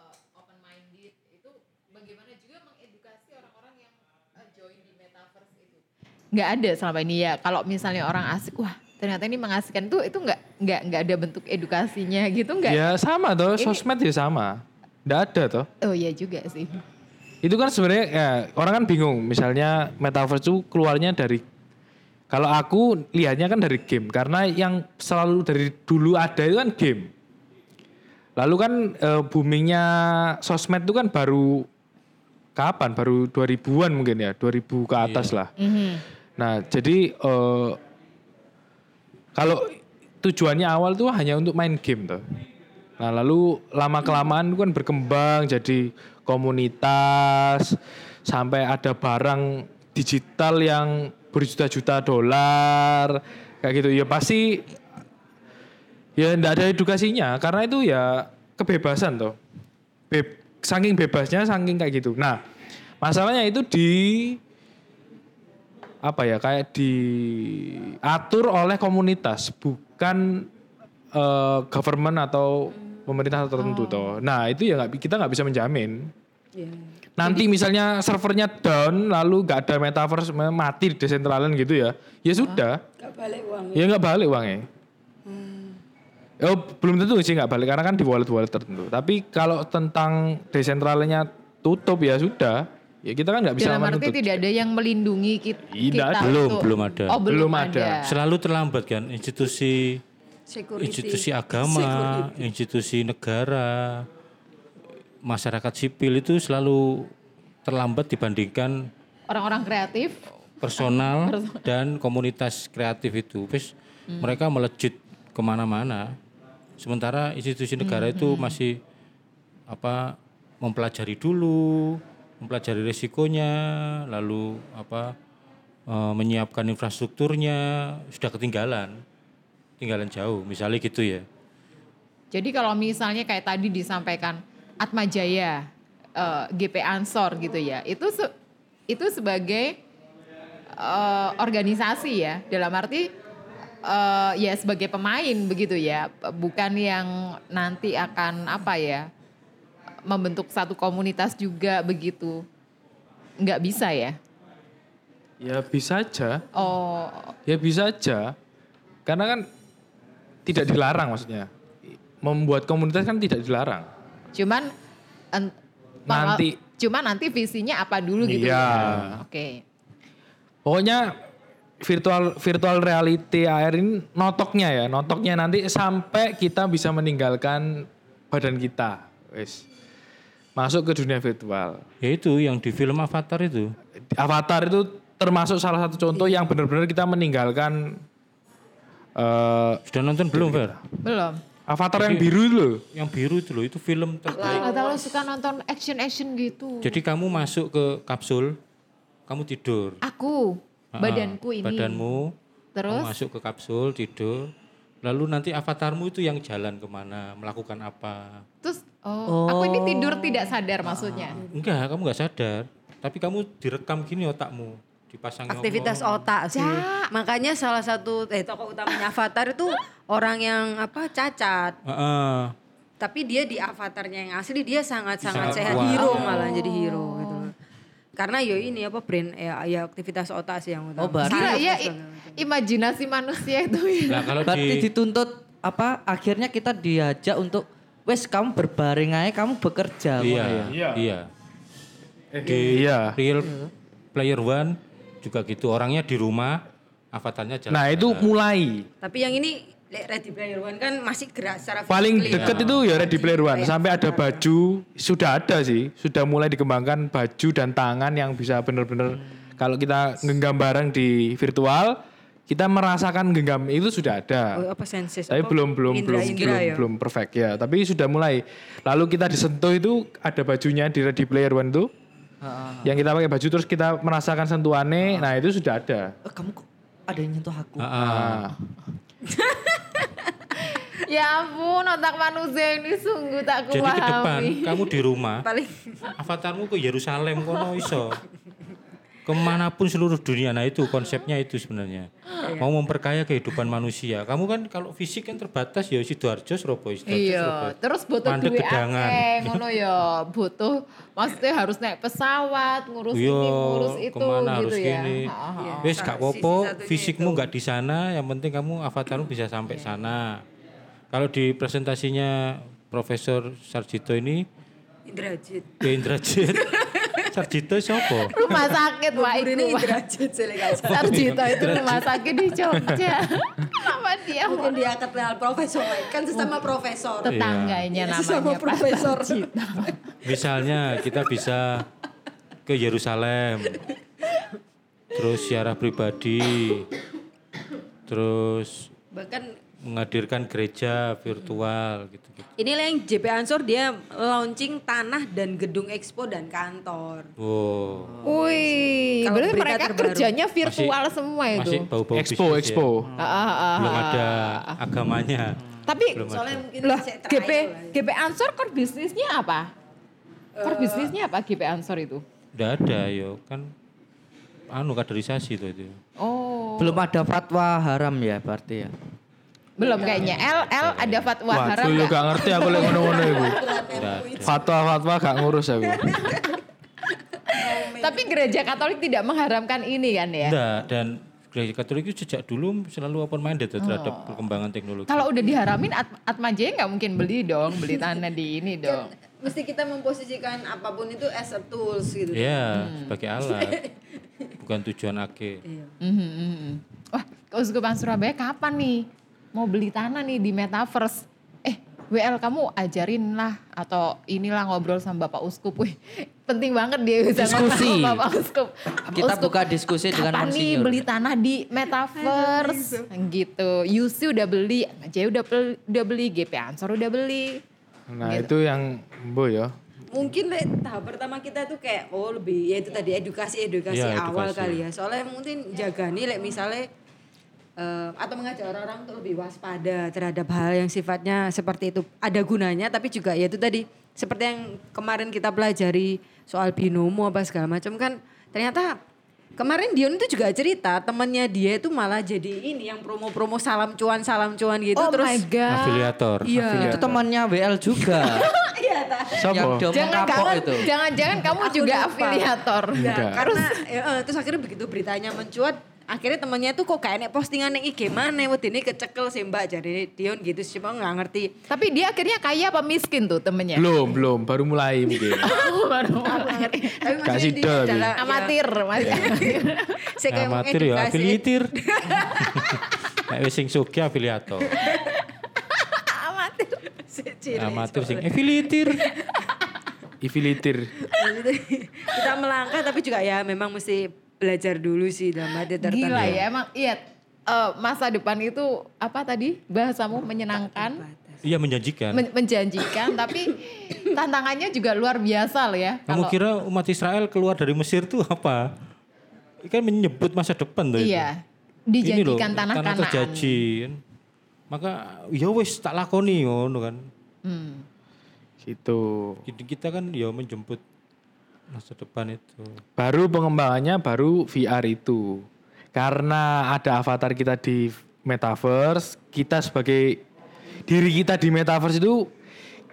Nggak ada selama ini ya. Kalau misalnya orang asik, wah ternyata ini mengasihkan tuh itu nggak nggak nggak ada bentuk edukasinya gitu nggak? ya sama toh, Ini- sosmed ya sama. Nggak ada toh. Oh iya juga sih. Itu kan sebenarnya ya, orang kan bingung. Misalnya metaverse itu keluarnya dari, kalau aku lihatnya kan dari game. Karena yang selalu dari dulu ada itu kan game. Lalu kan eh, boomingnya sosmed itu kan baru kapan? Baru dua ribuan mungkin ya, dua ribu ke atas lah. Nah jadi eh, kalau tujuannya awal tuh hanya untuk main game tuh. Nah lalu lama kelamaan itu kan berkembang jadi komunitas sampai ada barang digital yang berjuta-juta dolar kayak gitu. Ya pasti ya enggak ada edukasinya karena itu ya kebebasan toh. Be- saking bebasnya saking kayak gitu. Nah, masalahnya itu di apa ya kayak diatur oleh komunitas bukan eh, government atau pemerintah tertentu toh. Nah itu ya nggak kita nggak bisa menjamin. Iya. Nanti misalnya servernya down lalu nggak ada metaverse mati desentralan gitu ya, ya sudah. Gak balik uang. Ya nggak balik uangnya. Oh belum tentu sih nggak balik karena kan di wallet-wallet tertentu. Tapi kalau tentang desentralnya tutup ya sudah. Ya kita kan nggak bisa Dalam arti menuntut. tidak ada yang melindungi kita. Tidak ada. Belum, untuk- belum ada. Oh belum, Belum ada. ada. Selalu terlambat kan institusi Security. institusi agama, institusi negara, masyarakat sipil itu selalu terlambat dibandingkan Orang-orang kreatif. personal dan komunitas kreatif itu. Terus mereka melejit kemana-mana. Sementara institusi negara itu masih apa mempelajari dulu, mempelajari risikonya, lalu apa eh, menyiapkan infrastrukturnya sudah ketinggalan, tinggalan jauh. Misalnya gitu ya. Jadi kalau misalnya kayak tadi disampaikan Atma Jaya, eh, G P Ansor gitu ya, itu se- itu sebagai eh, organisasi ya, dalam arti eh, ya sebagai pemain begitu ya, bukan yang nanti akan apa ya membentuk satu komunitas juga begitu, nggak bisa ya? Ya bisa aja. Oh, Ya bisa aja. Karena kan tidak dilarang maksudnya. Membuat komunitas kan tidak dilarang. cuman en- Nanti. cuman nanti visinya apa dulu gitu Iya. ya? Oke. Pokoknya virtual virtual reality A R ini notoknya ya, notoknya nanti sampai kita bisa meninggalkan badan kita. Wes. Masuk ke dunia virtual. Ya itu yang di film Avatar itu. Avatar itu termasuk salah satu contoh yang benar-benar kita meninggalkan eh Sudah nonton belum, Fer? Belum. Avatar yang biru itu loh. Yang biru itu loh, itu film terbaik. Nggak tahu lo suka nonton action-action gitu. Jadi kamu masuk ke kapsul, kamu tidur. Aku, Ah, badanku ini. Badanmu, Terus? kamu masuk ke kapsul, tidur. Lalu nanti avatarmu itu yang jalan kemana, melakukan apa. Terus, oh, aku ini tidur tidak sadar maksudnya. Enggak, kamu enggak sadar. Tapi kamu direkam gini otakmu. Dipasang Aktivitas otak sih. Makanya salah satu eh tokoh utamanya Avatar itu orang yang apa cacat. Heeh. tapi dia di avatarnya yang asli dia sangat-sangat Sangat sehat, kuat. hero malah jadi hero gitu loh. Karena yo ini apa brain ya, ya aktivitas otak sih yang utama. Oh, berarti- Gila Saraf ya dan i- sebagainya. imajinasi manusia itu ya. Nah kalau Berarti di dituntut apa? Akhirnya kita diajak untuk wes kamu berbaring aja, kamu bekerja. iya ngono ya. Iya. iya Eh, di iya. Real Player One juga gitu, orangnya di rumah, avatarnya jalan. Nah itu mulai. Tapi yang ini Lek Ready Player One kan masih gerak secara Paling physically. deket itu ya Ready Player One. Sampai ada baju, sudah ada sih. Sudah mulai dikembangkan baju dan tangan yang bisa benar-benar kalau kita genggam bareng di virtual, kita merasakan genggam itu sudah ada. Oh, apa senses? Tapi apa? belum belum belum Indra-indra belum, ya? belum perfect ya. Tapi sudah mulai. Lalu kita disentuh itu ada bajunya di Ready Player One tuh. Yang kita pakai baju terus kita merasakan sentuhannya. Nah itu sudah ada. Eh, kamu kok ada yang nyentuh aku? Ah, ah. Nah, Ya ampun, otak manusia ini sungguh tak Jadi ke depan kupahami. kamu di rumah, Paling avatarmu ke Yerusalem kono iso. Kemanapun seluruh dunia, nah itu konsepnya itu sebenarnya. Mau memperkaya kehidupan manusia. Kamu kan kalau fisik kan terbatas ya Sidoarjo, Surabaya, Sidoarjo, Iya, Surabaya. terus butuh Mandek duit gedangan. akeh ngono ya, butuh maksudnya harus naik pesawat, ngurus Iya, ini, ngurus itu kemana gitu harus ya. gini. Ha, ha, ha. Wes gak apa-apa, Sisi satunya fisikmu itu. nggak di sana, yang penting kamu avatarmu bisa sampai sana. Kalau di presentasinya Profesor Sarjito ini, Indrajit. ya Indrajit. Sarjito siapa? Rumah sakit Pak Ini itu. Pak. Indrajit silakan. Sarjito itu rumah sakit di Jogja. Kenapa dia mau Mungkin dia kenal profesor kan sesama profesor. tetangganya Iya, namanya sesama Pak profesor. Sarjito. Misalnya kita bisa ke Yerusalem, terus ziarah pribadi, terus Bahkan menghadirkan gereja virtual gitu-gitu. inilah yang J P Ansor dia launching tanah dan gedung expo dan kantor. Wow, Wih, Kalau berarti berita mereka terbaru. kerjanya virtual semua itu. masih bau-bau Expo, bisnis Expo. ya. Ah, ah, ah, Belum ah. ada agamanya. Tapi Soalnya mungkin lah masih G P trial lah. G P Ansor core bisnisnya apa? Core bisnisnya apa G P Ansor itu? Udah ada yo kan anu kaderisasi tuh itu. Oh, Belum ada fatwa haram ya berarti ya. belum kayaknya. L L ada fatwa Wah, haram dulu nggak? gak ngerti aku lagi ngono-ngono iku. Udah ada. Fatwa-fatwa gak ngurus aku. Tapi gereja Katolik tidak mengharamkan ini kan ya? Enggak, dan gereja Katolik itu sejak dulu selalu open minded terhadap perkembangan teknologi. Kalau udah diharamin At Atma Jaya nggak mungkin beli dong, beli tanah di ini dong. Mesti kita memposisikan apapun itu as a tools gitu. Ya, sebagai alat. Bukan tujuan akhir. Mhm, mhm. Wah, Keuskupan Surabaya kapan nih mau beli tanah nih di Metaverse? Eh, W L kamu ajarin lah atau inilah ngobrol sama Bapak Uskup. Wih, penting banget dia bisa ngobrol Diskusi. sama Bapak Uskup. Kita buka diskusi dengan kapan nih Monsinyur. beli tanah di Metaverse? Gitu. U C udah beli, Atma Jaya udah beli, udah beli, G P Ansor udah beli. Nah, itu yang Bo ya. Mungkin le, tahap pertama kita tuh kayak oh lebih ya itu tadi edukasi edukasi Iya, awal edukasi. kali ya. Soalnya mungkin jaga nih like, misalnya eh, atau mengajak orang-orang untuk lebih waspada terhadap hal yang sifatnya seperti itu ada gunanya tapi juga ya itu tadi seperti yang kemarin kita pelajari soal binomo apa segala macam kan ternyata kemarin Dion itu juga cerita temannya dia itu malah jadi ini yang promo-promo salam cuan salam cuan gitu Oh terus my God. Afiliator. iya Itu temannya W L juga. iya ta. Siapa? yang dia Jangan kapok jangan, itu. jangan-jangan kamu Aku juga lupa. afiliator. Enggak. Karena ya, eh, terus akhirnya begitu beritanya mencuat, akhirnya temennya tuh kok kayak nek postingan yang I G mana, waktu ini kecekel sih mbak, jadi Dion gitu cuma nggak ngerti. Tapi dia akhirnya kaya apa miskin tuh temennya? Belum, belum, baru mulai mungkin. Oh, baru mulai. Tapi Gak maksudnya sida dia tapi. adalah, ya, Amatir, Mas. saya kayak Amatir ya mengedukasi. afiliator. Nek wis sing sugih afiliator. Amatir. Secil. Amatir sing afiliator. Ifilitir. Kita melangkah tapi juga ya memang mesti belajar dulu sih dalam arti tertentu. Gila ya, emang iya. eh, masa depan itu apa tadi bahasamu menyenangkan, Iya menjanjikan. men- menjanjikan, tapi tantangannya juga luar biasa loh ya. Kamu Kalau- kira umat Israel keluar dari Mesir tuh apa? Kan menyebut masa depan tuh itu. Iya, Ini loh, dijanjikan tanah tanah Kanaan. terjaji. Maka ya wis tak lakoni ngono kan. Hmm. Gitu. Jadi kita kan ya menjemput masa depan itu. Baru pengembangannya baru V R itu. Karena ada avatar kita di metaverse, kita sebagai diri kita di metaverse itu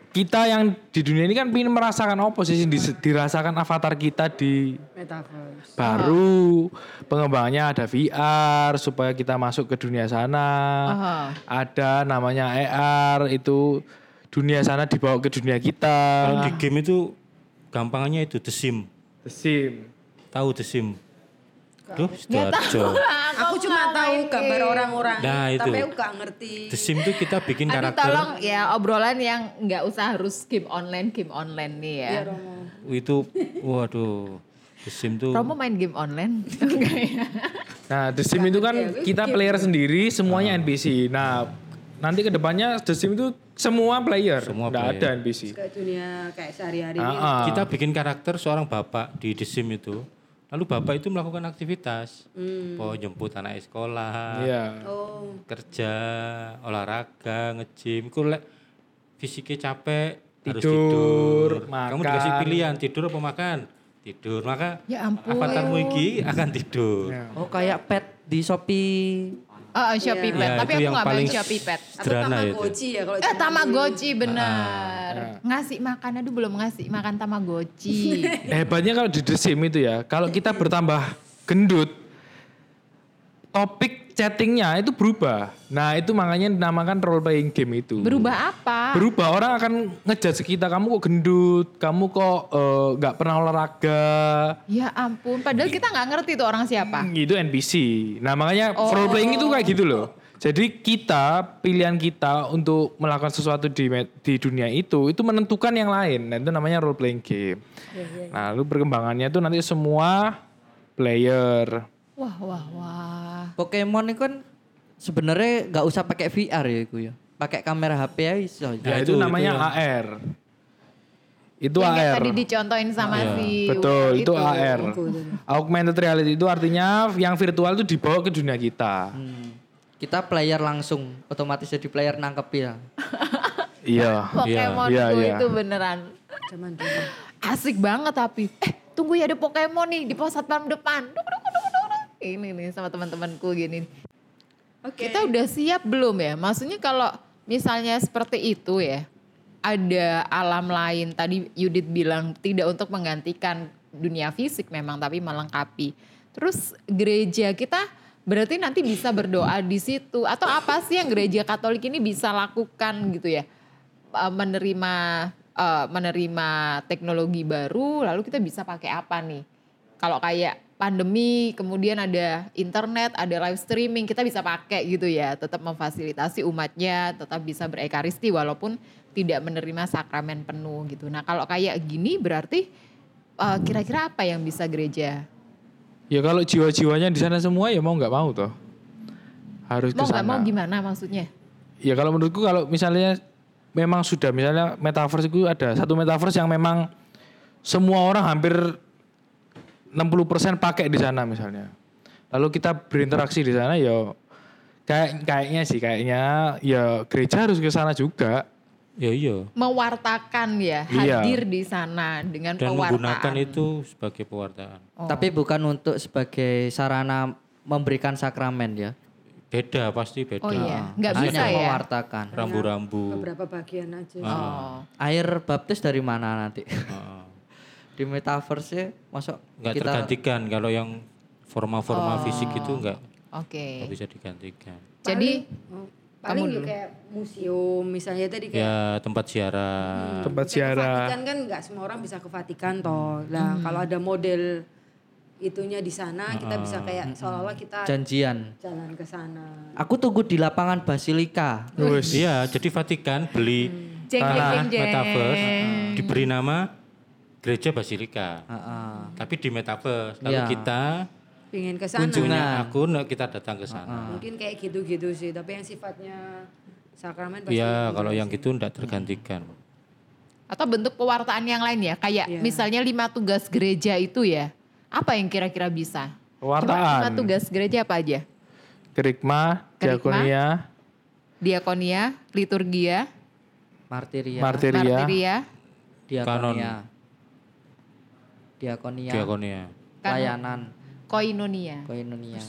kita yang di dunia ini kan ingin merasakan apa sih yang dis- dirasakan avatar kita di Metaverse. baru pengembangannya ada V R supaya kita masuk ke dunia sana. Aha. Ada namanya A R itu dunia sana dibawa ke dunia kita. Kalau di game itu gampangannya itu The Sim. The Sim. Tahu The Sim? Duh, Sidoarjo. Aku cuma tahu gambar orang-orang, Nah, itu. tapi aku gak ngerti. The Sim itu kita bikin Aduh karakter. tolong ya obrolan yang nggak usah harus game online, game online nih ya. Itu waduh. The Sim tuh Romo main game online? Enggak ya? Nah, The Sim itu kan kita player sendiri, semuanya N P C. Nah, nanti ke depannya The Sim itu semua player, Semua nggak player. ada N P C. Kayak dunia kayak sehari-hari Ah, ini. ah. kita bikin karakter seorang bapak di The Sim itu. Lalu bapak itu melakukan aktivitas. Oh, jemput anak sekolah, Iya. Oh, kerja, olahraga, nge-gym. Iku lek fisiknya capek, harus Tidur, tidur. Kamu makan. dikasih pilihan tidur apa makan? Tidur. Maka Ya ampun. avatarmu iki akan tidur. Ya. Oh kayak pet di Shopee. Oh, Shopee Pet, Ya, tapi itu aku yang nggak main paling Shopee Pet. atau sederhana itu. Tamagotchi ya kalau Eh zaman Tamagotchi bener. Ah. Ngasih makan, aduh belum ngasih makan Tamagotchi. Hebatnya kalau di The Sim itu ya, kalau kita bertambah gendut, topik chattingnya itu berubah. Nah itu makanya dinamakan role playing game itu. Berubah apa? Berubah, orang akan ngejudge kita, kamu kok gendut, kamu kok eh, nggak pernah olahraga. Ya ampun, padahal kita nggak ngerti tuh orang siapa. Itu N P C. Nah makanya role playing itu kayak gitu loh. Jadi kita, pilihan kita untuk melakukan sesuatu di me- di dunia itu, itu menentukan yang lain. Nah itu namanya role playing game. Nah lalu perkembangannya itu nanti semua player. Wah, wah, wah. Pokemon itu kan sebenarnya nggak usah pakai V R ya itu ya. Pakai kamera H P aja bisa. Ya, Nah, itu, itu- namanya itu A R. Itu Yang kayak A R. tadi dicontohin sama Iya. si Betul, Will itu A R. Augmented reality itu artinya yang virtual itu dibawa ke dunia kita. Hmm. Kita player langsung, otomatis jadi player nangkep ya. Iya. Pokemon Iya, Go iya. itu beneran zaman dulu. asik banget tapi. Eh tunggu ya ada Pokemon nih di pos satpam depan. Duk, duk, duk, duk, duk. Ini nih sama teman-temanku gini. Oke. Kita udah siap belum ya? Maksudnya kalau misalnya seperti itu ya, ada alam lain. Tadi Yudit bilang tidak untuk menggantikan dunia fisik memang, tapi melengkapi. Terus gereja kita berarti nanti bisa berdoa di situ. Atau apa sih yang gereja Katolik ini bisa lakukan gitu ya? Eh, Menerima eh, menerima teknologi baru, lalu kita bisa pakai apa nih? Kalau kayak pandemi, kemudian ada internet, ada live streaming, kita bisa pakai gitu ya. Tetap memfasilitasi umatnya, tetap bisa berekaristi walaupun tidak menerima sakramen penuh gitu. Nah kalau kayak gini berarti eh, kira-kira apa yang bisa gereja? Ya kalau jiwa-jiwanya di sana semua ya mau nggak mau toh. Harus ke Mau nggak sana. mau gimana maksudnya? Ya kalau menurutku kalau misalnya memang sudah misalnya metaverse itu ada satu metaverse yang memang semua orang hampir enam puluh persen pakai di sana misalnya. Lalu kita berinteraksi di sana ya kayak kayaknya sih kayaknya ya gereja harus ke sana juga. Ya iya. Mewartakan ya, Iya. hadir di sana dengan Dan pewartaan. menggunakan itu sebagai pewartaan. Oh. Tapi bukan untuk sebagai sarana memberikan sakramen ya. Beda pasti beda. Oh iya, nggak Hanya bisa ya? mewartakan. Rambu-rambu. Beberapa bagian aja. Oh. Air baptis dari mana nanti? Heeh. Di metaverse ya masuk Nggak kita tergantikan kalau yang forma-forma Oh. fisik itu nggak Oke. nggak bisa digantikan. Jadi Oh, paling Kamu ya dulu. kayak museum misalnya tadi kayak Ya tempat ziarah. Tempat Ke ziarah. Vatikan kan nggak semua orang bisa ke Vatikan toh. Nah kalau ada model itunya di sana kita bisa kayak seolah-olah kita janjian. jalan ke sana. Aku tunggu di lapangan Basilika. Wes. Iya, jadi Vatikan beli Jeng, jeng, tanah jeng, jeng. metaverse diberi nama Gereja Basilika. Heeh. Tapi di metaverse. Lalu Iya. kita Pengen ke sana. punya Kunjungan. akun kita datang ke sana. Mungkin kayak gitu-gitu sih, tapi yang sifatnya sakramen pasti. Iya, kalau enggak yang sih. gitu enggak tergantikan. atau bentuk pewartaan yang lain ya, kayak Iya. misalnya lima tugas gereja itu ya. Apa yang kira-kira bisa? Coba Pewartaan. lima tugas gereja apa aja? Kerikma, Kerikma. diakonia, Diakonia, liturgia, Martiria. martiria, martiria, Diakonia. Diakonia. Diakonia. Layanan. koinonia. Koinonia.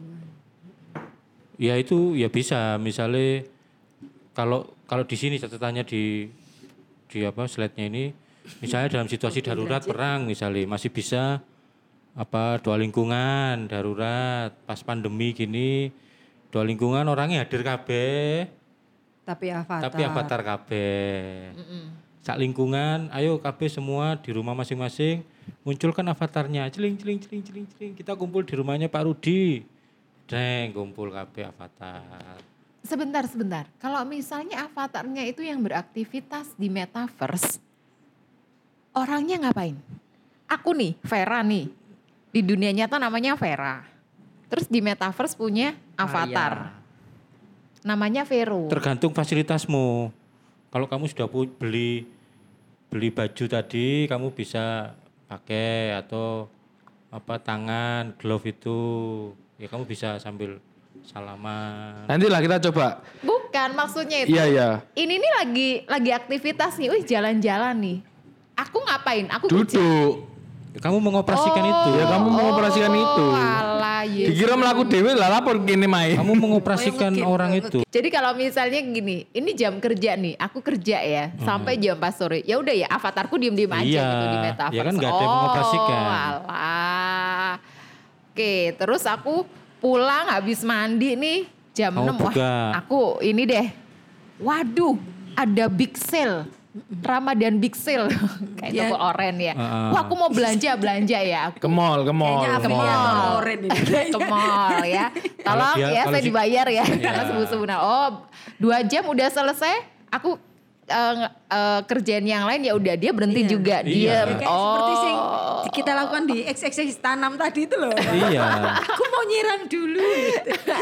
Ya itu ya bisa misalnya kalau kalau di sini catatannya di di apa slide-nya ini, misalnya dalam situasi darurat perang misalnya masih bisa apa doa lingkungan darurat, pas pandemi gini doa lingkungan orangnya hadir kabeh, Tapi avatar. tapi avatar kabeh. Sak lingkungan, ayo kabeh semua di rumah masing-masing munculkan avatarnya, celing celing celing celing celing. Kita kumpul di rumahnya Pak Rudi. Deng, kumpul kabeh avatar. Sebentar, sebentar. Kalau misalnya avatarnya itu yang beraktivitas di metaverse, orangnya ngapain? Aku nih, Vera nih. Di dunia nyata namanya Vera. Terus di metaverse punya avatar. Namanya Vero. Tergantung fasilitasmu. Kalau kamu sudah pu- beli beli baju tadi, kamu bisa pakai atau apa tangan glove itu, ya kamu bisa sambil salaman. Nantilah kita coba. Bukan, maksudnya itu. Iya, iya. Ini nih lagi lagi aktivitas nih, wih jalan-jalan nih. Aku ngapain? Aku kerja. Duduk. Kamu mengoperasikan itu. Ya kamu mengoperasikan itu. Alah, yes. Dikira melaku dewe lah lapor gini Mai. Kamu mengoperasikan orang itu. Jadi kalau misalnya gini, ini jam kerja nih, aku kerja ya sampai jam empat sore. Ya udah ya, avatarku diem-diem aja Iya, gitu di metaverse. ya kan nggak ada yang mengoperasikan. Oh, alah. Oke, terus aku pulang habis mandi nih jam Kamu enam. Wah, buka. aku ini deh. Waduh, ada big sale. Ramadan big sale kayak Ya. toko oren ya. Uh-uh. Wah, aku mau belanja belanja ya. Ke Aku mall, ke mall. Kayaknya ke afiliator mall, oren ini. ke mall ya. Tolong dia- ya, kalau saya si- dibayar ya, Iya. karena sebut-sebutan. Oh, dua jam udah selesai. Aku eh, nge- eh, kerjaan yang lain ya udah dia berhenti Iya. juga Iya. diem. Kayak Oh, seperti yang kita lakukan di X X X tanam tadi itu loh. Iya. Aku mau nyiram dulu. Gitu.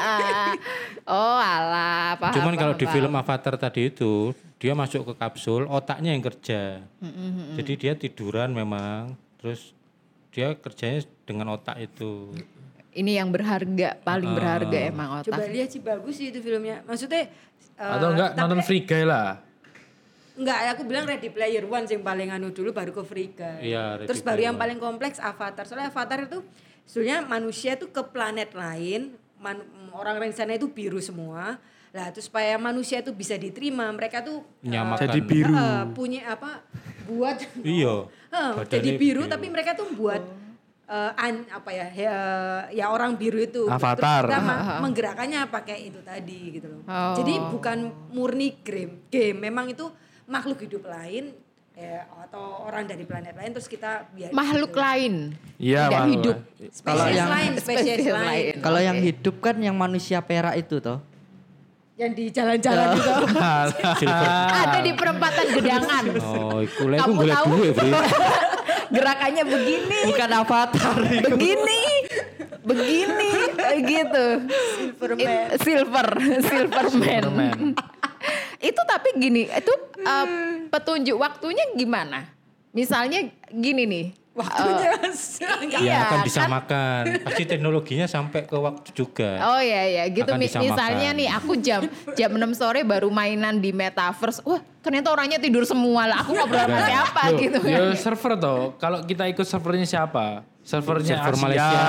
oh alah, paham. Cuman kalau paham, di paham. film Avatar tadi itu, dia masuk ke kapsul, otaknya yang kerja. Jadi dia tiduran memang, terus dia kerjanya dengan otak itu. Ini yang berharga, paling Ah. berharga emang otak. Coba lihat sih bagus sih itu filmnya. Maksudnya eh, Atau enggak tapi- nonton Free Guy lah. Enggak, aku bilang Ready Player One yang paling anu dulu baru ke Free Guy. Iya, Ready Terus baru Player yang One. paling kompleks Avatar. Soalnya Avatar itu sebenarnya manusia itu ke planet lain, man- orang-orang di sana itu biru semua. Lah, terus supaya manusia itu bisa diterima, mereka tuh eh, Menyamakan. Jadi biru. eh, punya apa? Buat Iya. Eh, Badannya jadi biru, biru. tapi mereka tuh buat eh, an, apa ya, ya ya orang biru itu. Avatar. Terus kita ma- menggerakkannya pakai itu tadi gitu loh. Oh. Jadi bukan murni game, game memang itu makhluk hidup lain ya, atau orang dari planet lain terus kita biar Makhluk gitu. lain. Iya, Tidak makhluk hidup. lain. Spesies yang- lain, spesies spesies lain. lain. Kalau yang Oke. hidup kan yang manusia perak itu toh. Yang di jalan-jalan gitu. Silver. Ada di perempatan gedangan. Oh, iku lek Kamu aku golek tahu? duit, Bro. Gerakannya begini. Bukan avatar. begini, begini, eh, gitu. Silverman. Silver, Silverman. Itu tapi gini, itu eh, petunjuk waktunya gimana? Misalnya gini nih. Waktunya Iya, Ya akan kan? disamakan. Pasti teknologinya sampai ke waktu juga. Oh iya ya, gitu Akan Mi- disamakan. misalnya nih aku jam jam enam sore baru mainan di metaverse. Wah, ternyata orangnya tidur semua lah. Aku ngobrol sama siapa Loh, gitu. ya server toh. Kalau kita ikut servernya siapa? Servernya Server Asia Malaysia.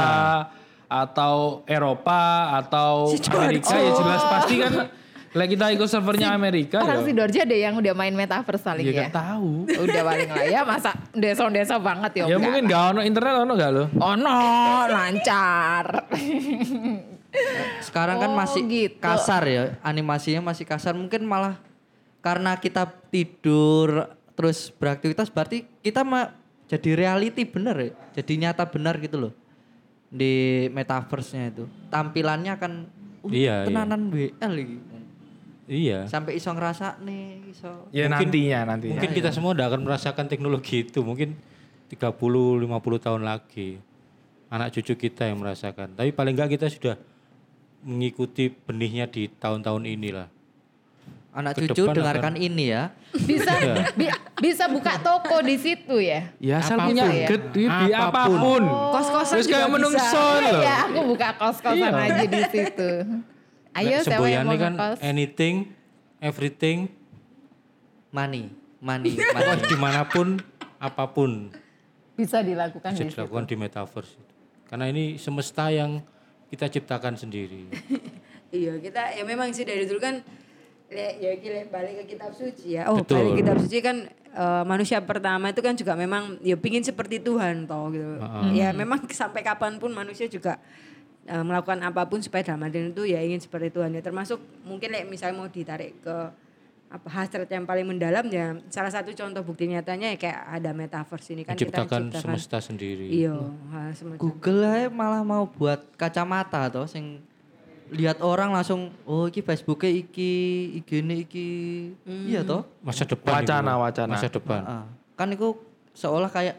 atau Eropa atau Amerika ya jelas pasti kan. Lah kita ikut servernya Amerika Orang ya. Sidoarjo ada yang udah main metaverse paling Ya ya. gak tahu. Udah paling lah ya, masa desa-desa banget ya. Ya enggak mungkin lah. gak ono internet ono gak lo? Oh no, lancar. Sekarang kan Oh, masih gitu. kasar ya, animasinya masih kasar. Mungkin malah karena kita tidur terus beraktivitas berarti kita mah jadi reality bener ya. Jadi nyata benar gitu loh. Di metaverse-nya itu. Tampilannya akan uh, Iya, tenanan W L iki. Iya. Sampai iso ngerasa nih, iso. Ya Mungkin- nantinya nantinya. Mungkin kita semua udah akan merasakan teknologi itu. Mungkin tiga puluh lima puluh tahun lagi. Anak cucu kita yang merasakan. Tapi paling enggak kita sudah mengikuti benihnya di tahun-tahun inilah. Anak Ke cucu depan dengarkan ini ya. Bisa bi- bisa buka toko di situ ya. Ya asal Apapun punya ya. get di di Apapun. apapun. Kos-kosan Terus juga kayak bisa. menungso Iya, loh. ya, aku buka kos-kosan Iya. aja di situ. Ayo Nek siapa yang mau semboyannya kan ngekos? anything, everything, Money, money, pokoknya money. dimanapun, apapun Bisa dilakukan bisa di situ. dilakukan di metaverse. Karena ini semesta yang kita ciptakan sendiri. Iya, kita ya memang sih dari dulu kan Lek ya iki lek balik ke kitab suci ya. Oh, Betul. balik ke kitab suci kan eh, manusia pertama itu kan juga memang ya pingin seperti Tuhan toh gitu. Ya memang sampai kapanpun manusia juga eh, melakukan apapun supaya dalam hati itu ya ingin seperti Tuhan ya. Termasuk mungkin lek misalnya mau ditarik ke apa hasrat yang paling mendalam ya salah satu contoh bukti nyatanya ya kayak ada metaverse ini kan Menciptakan kita semesta sendiri. Iya, hal semacam. Google aja malah mau buat kacamata toh sing lihat orang langsung oh iki Facebooknya iki, I G-ne iki. Iya toh? Masa depan. Wacana, itu. wacana. Masa depan. Heeh. Kan itu seolah kayak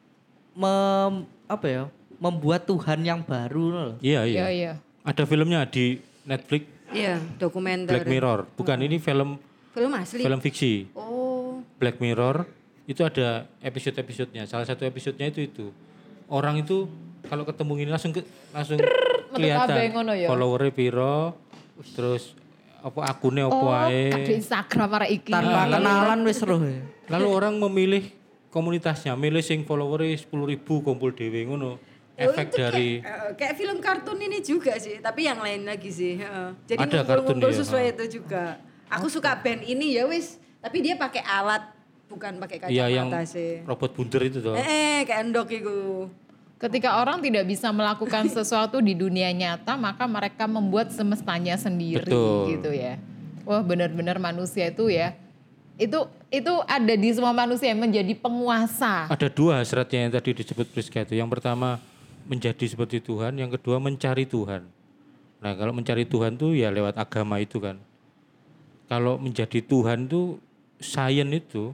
mem, apa ya? Membuat Tuhan yang baru loh. Iya, iya. Iya, iya. Ada filmnya di Netflix, Iya, dokumenter. Black Mirror. Bukan ini film Film asli. film fiksi. Oh, Black Mirror itu ada episode-episodenya. Salah satu episodenya itu itu. Orang itu kalau ketemu ini langsung ke, langsung kabeh kelihatan ngono ya? followernya piro, terus apa akunnya apa Oh, ae. ada Instagram para iki. Tanpa kenalan wis seru ya. Lalu orang memilih komunitasnya, milih sing followernya sepuluh ribu kumpul dewe ngono. Efek itu dari kayak, eh, kayak film kartun ini juga sih, tapi yang lain lagi sih. heeh. Jadi Ada kartun ngumpul-ngumpul dia, sesuai ha. itu juga. Aku suka band ini ya wis, tapi dia pakai alat bukan pakai kacamata Iya yang sih. robot bunder itu toh. Eh, eh kayak endok itu. Ketika orang tidak bisa melakukan sesuatu di dunia nyata, maka mereka membuat semestanya sendiri Betul. gitu ya. Wah, benar-benar manusia itu ya. Itu itu ada di semua manusia yang menjadi penguasa. Ada dua hasratnya yang tadi disebut Priska itu. Yang pertama menjadi seperti Tuhan, yang kedua mencari Tuhan. Nah kalau mencari Tuhan tuh ya lewat agama itu kan. Kalau menjadi Tuhan tuh sains itu,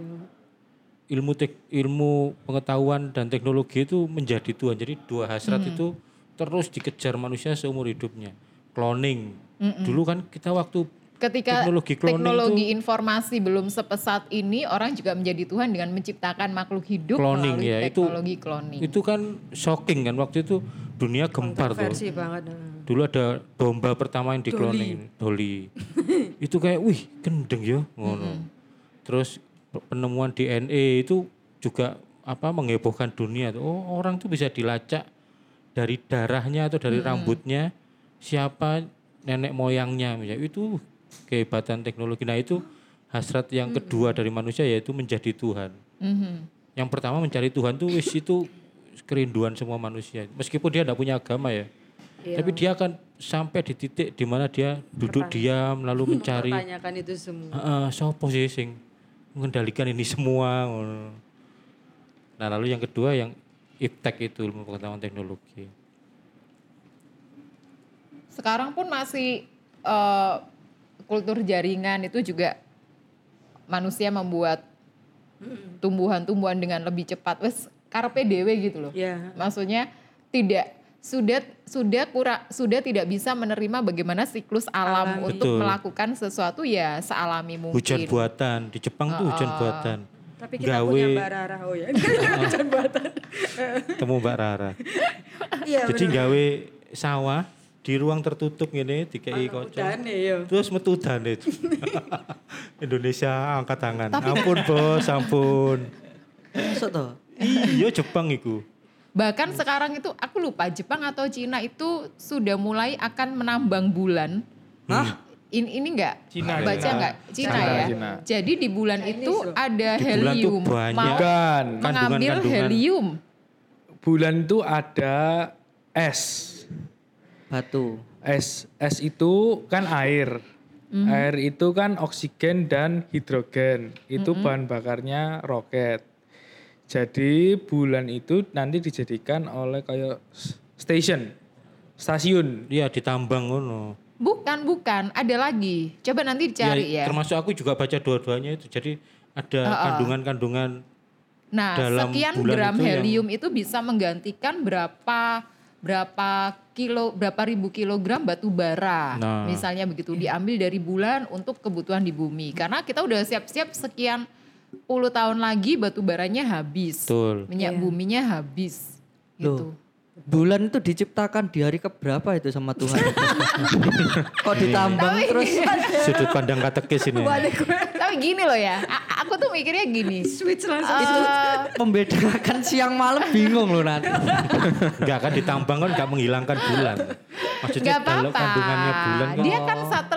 ilmu tek, ilmu pengetahuan dan teknologi itu menjadi Tuhan. Jadi dua hasrat itu terus dikejar manusia seumur hidupnya. Cloning. Dulu kan kita waktu Ketika teknologi teknologi, cloning itu- informasi belum sepesat ini, orang juga menjadi Tuhan dengan menciptakan makhluk hidup Cloning, melalui ya, itu- teknologi cloning. itu kan shocking kan waktu itu dunia gempar tuh. Versi banget. heeh. Dulu ada domba pertama yang di cloning, Dolly. Itu kayak wih gendeng ya ngono. Terus pe- penemuan D N A itu juga apa menghebohkan dunia tuh. Oh, orang tuh bisa dilacak dari darahnya atau dari rambutnya siapa nenek moyangnya misalnya. Itu kehebatan teknologi. Nah, itu hasrat yang kedua dari manusia yaitu menjadi Tuhan. Mhm. Yang pertama mencari Tuhan tuh wis itu kerinduan semua manusia. Meskipun dia tidak punya agama ya. Tapi dia akan sampai di titik di mana dia duduk diam lalu mencari Pertanyakan itu semua. heeh sapa sih sing mengendalikan ini semua ngono. Nah, lalu yang kedua yang iptek itu ilmu pengetahuan teknologi. Sekarang pun masih eh, kultur jaringan itu juga manusia membuat tumbuhan-tumbuhan dengan lebih cepat. Wes karpe dewe gitu loh. Iya. Maksudnya tidak sudah sudah kurang sudah tidak bisa menerima bagaimana siklus alam Alami. untuk Betul. melakukan sesuatu ya sealami mungkin. Hujan buatan di Jepang tuh hujan buatan. Tapi kita Gawe punya Mbak Rara. Oh ya, hujan buatan. temu Mbak Rara. Iya Jadi benar. gawe sawah di ruang tertutup gini dikei kocok. Udane ya. Terus metu udane. Indonesia angkat tangan. Ampun bos, ampun. Masuk toh. Iya Jepang iku. Bahkan sekarang itu aku lupa Jepang atau Cina itu sudah mulai akan menambang bulan. Hah? Ini ini enggak Cina, baca Cina. enggak Cina, Cina, ya. Cina. Jadi di bulan itu loh. ada Di bulan tuh helium. banyak. Mau Bukan. mengambil Kandungan-kandungan. helium. Bulan itu ada es. Batu. Es es itu kan air. Air itu kan oksigen dan hidrogen. Itu bahan bakarnya roket. Jadi bulan itu nanti dijadikan oleh kayak s- station, stasiun. Iya ditambang ngono. Bukan, bukan. Ada lagi. Coba nanti dicari ya. Termasuk aku juga baca dua-duanya itu. Jadi ada kandungan-kandungan Nah, dalam sekian bulan gram itu yang- helium itu bisa menggantikan berapa berapa kilo berapa ribu kilogram batu bara. Nah. Misalnya begitu diambil dari bulan untuk kebutuhan di bumi. Karena kita udah siap-siap sekian puluh tahun lagi batu baranya habis. Betul. Minyak buminya habis. Gitu. Loh, bulan itu diciptakan di hari keberapa itu sama Tuhan? Kok ditambang terus? Sudut pandang katekis ini. Tapi gini loh ya, a- aku tuh mikirnya gini. Switch langsung. Itu membedakan siang malam bingung loh nanti. Enggak kan ditambang kan enggak menghilangkan bulan. Maksudnya Gak kalau apa-apa. kandungannya bulan kan Dia kan satelit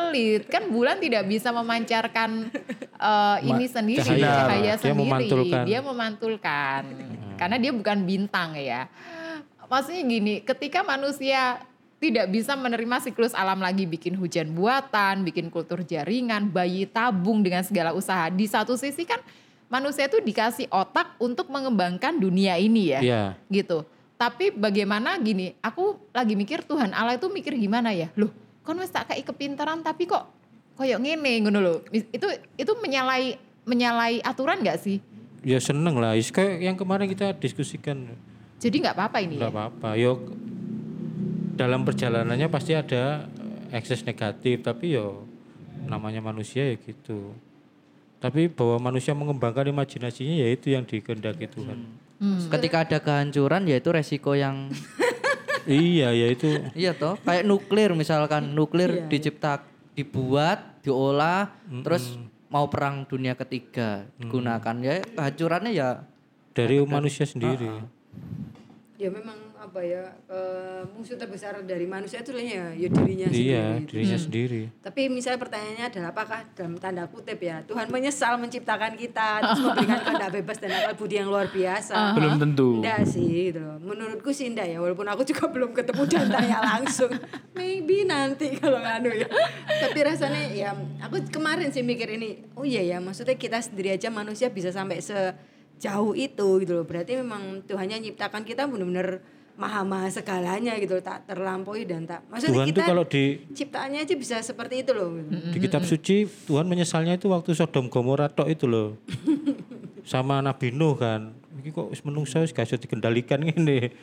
pelit. Kan bulan tidak bisa memancarkan uh, ini sendiri, cahaya. cahaya Dia sendiri. memantulkan. Dia memantulkan. Karena dia bukan bintang ya. Maksudnya gini, ketika manusia tidak bisa menerima siklus alam lagi, bikin hujan buatan, bikin kultur jaringan, bayi tabung dengan segala usaha. Di satu sisi kan manusia itu dikasih otak untuk mengembangkan dunia ini ya. Iya. Gitu. Tapi bagaimana gini, aku lagi mikir Tuhan Allah itu mikir gimana ya? Loh, kon wis tak kei kepintaran tapi kok koyok ngene ngono lho. Itu itu menyalahi menyalahi aturan enggak sih? Ya seneng lah, is kayak yang kemarin kita diskusikan. Jadi nggak apa-apa ini Enggak ya? apa-apa. Yo dalam perjalanannya pasti ada ekses negatif, tapi yo namanya manusia ya gitu. Tapi bahwa manusia mengembangkan imajinasinya ya itu yang dikehendaki Tuhan. Hmm. Ketika ada kehancuran ya itu resiko yang Iya ya itu. iya toh, kayak nuklir misalkan, nuklir dicipta dibuat, diolah, terus mau perang dunia ketiga digunakan ya kehancurannya ya Dari manusia sendiri. Ya memang apa ya, eh, musuh terbesar dari manusia itu ya, ya dirinya sendiri. Iya, gitu. dirinya sendiri. Tapi misalnya pertanyaannya adalah apakah dalam tanda kutip ya Tuhan menyesal menciptakan kita terus memberikan kehendak bebas dan akal budi yang luar biasa. Belum tentu. Enggak sih gitu loh. Menurutku sih enggak ya, walaupun aku juga belum ketemu dan tanya langsung. Maybe nanti kalau nganu ya. Tapi rasanya ya aku kemarin sih mikir ini, oh iya ya, maksudnya kita sendiri aja manusia bisa sampai sejauh itu gitu loh. Berarti memang Tuhannya menciptakan kita benar-benar maha-maha segalanya gitu loh, tak terlampaui dan tak. Maksudnya Tuhan kita tuh kalau di ciptaannya aja bisa seperti itu loh. Gitu. di kitab suci Tuhan menyesalnya itu waktu Sodom Gomora tok itu loh. Sama Nabi Nuh kan. Iki kok wis menungsa wis gak iso dikendalikan ngene.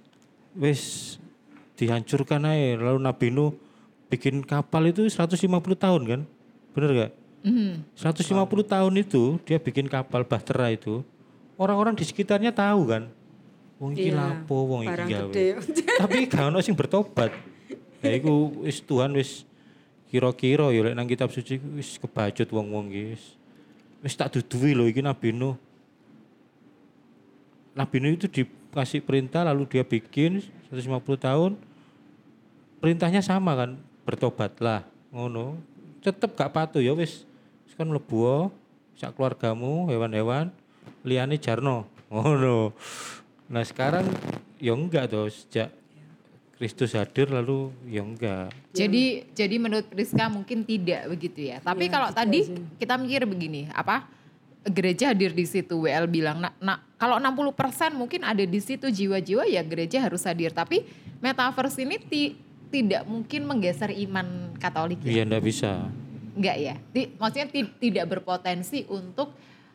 Wis dihancurkan aja. Lalu Nabi Nuh bikin kapal itu seratus lima puluh tahun kan? Bener gak? seratus lima puluh tahun itu dia bikin kapal bahtera itu. Orang-orang di sekitarnya tahu kan. Wong iki Iya, lapo wong iki barang gawe. gede. Tapi gak ono sing bertobat. Ya iku wis Tuhan wis kira-kira ya lek nang kitab suci wis kebacut wong-wong iki wis. Wis tak duduhi lho iki Nabi Nuh. Nabi Nuh itu dikasih perintah lalu dia bikin seratus lima puluh tahun. Perintahnya sama kan, bertobatlah, ngono. Tetep gak patuh ya wis. Wis kan mlebu sak keluargamu, hewan-hewan, liyane jarno. Ngono. Nah sekarang ya enggak tuh sejak Kristus hadir lalu ya enggak. Jadi jadi menurut Rizka mungkin tidak begitu ya. Tapi kalau tadi kita mikir begini, apa? Gereja hadir di situ, W L bilang, nah, nah, kalau enam puluh persen mungkin ada di situ jiwa-jiwa ya gereja harus hadir. Tapi metaverse ini ti, tidak mungkin menggeser iman Katolik ya. Iya enggak bisa. Enggak ya. Ti, maksudnya ti, tidak berpotensi untuk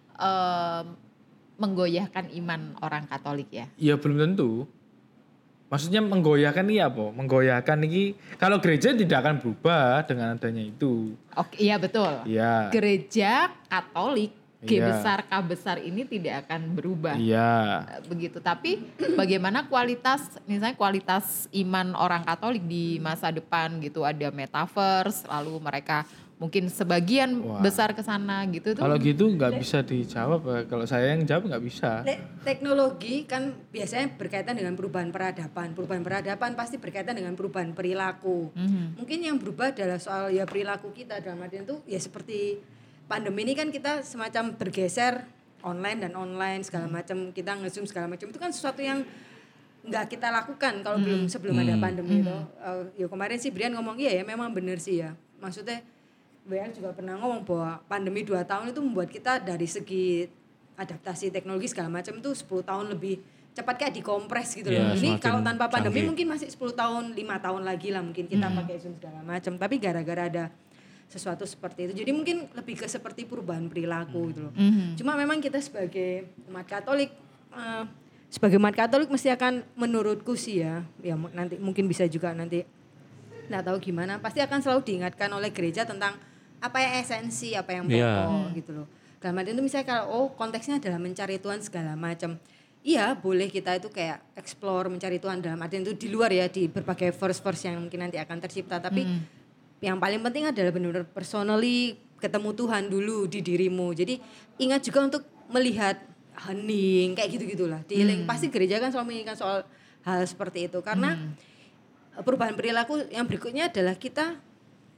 um, menggoyahkan iman orang Katolik ya. Ya belum tentu. Maksudnya menggoyahkan ini apa? Menggoyahkan ini kalau gereja tidak akan berubah dengan adanya itu. Oke, iya betul. Iya. Gereja Katolik G Iya. besar K besar ini tidak akan berubah. Iya. Begitu. Tapi bagaimana kualitas, misalnya kualitas iman orang Katolik di masa depan gitu, ada metaverse, lalu mereka mungkin sebagian Wah. besar ke sana gitu tuh. Kalau gitu nggak bisa dijawab. Kalau saya yang jawab nggak bisa. Te- teknologi kan biasanya berkaitan dengan perubahan peradaban. Perubahan peradaban pasti berkaitan dengan perubahan perilaku. Mungkin yang berubah adalah soal ya perilaku kita, dalam artian itu ya seperti pandemi ini kan kita semacam bergeser online dan online segala macam, kita nge-zoom segala macam, itu kan sesuatu yang nggak kita lakukan kalau belum sebelum ada pandemi itu. Uh, ya kemarin sih Brian ngomong iya ya memang benar sih ya. Maksudnya W L juga pernah ngomong bahwa pandemi dua tahun itu membuat kita dari segi adaptasi teknologi segala macam itu sepuluh tahun lebih cepat kayak dikompres gitu loh. Ya, Ini semakin kalau tanpa pandemi canggih. mungkin masih sepuluh tahun, lima tahun lagi lah mungkin kita pakai Zoom segala macam. Tapi gara-gara ada sesuatu seperti itu. Jadi mungkin lebih ke seperti perubahan perilaku gitu loh. Cuma memang kita sebagai umat Katolik eh, sebagai umat Katolik mesti akan menurutku sih ya, ya nanti mungkin bisa juga nanti nggak tahu gimana, pasti akan selalu diingatkan oleh gereja tentang apa yang esensi, apa yang pokok Iya. gitu loh. Dalam arti itu misalnya kalau oh konteksnya adalah mencari Tuhan segala macam. Iya, boleh kita itu kayak explore mencari Tuhan dalam arti itu di luar ya, di berbagai verse-verse yang mungkin nanti akan tercipta, tapi yang paling penting adalah benar-benar personally ketemu Tuhan dulu di dirimu. Jadi ingat juga untuk melihat hening kayak gitu-gitulah. Di link pasti gereja kan selalu mengingatkan soal hal seperti itu karena perubahan perilaku yang berikutnya adalah kita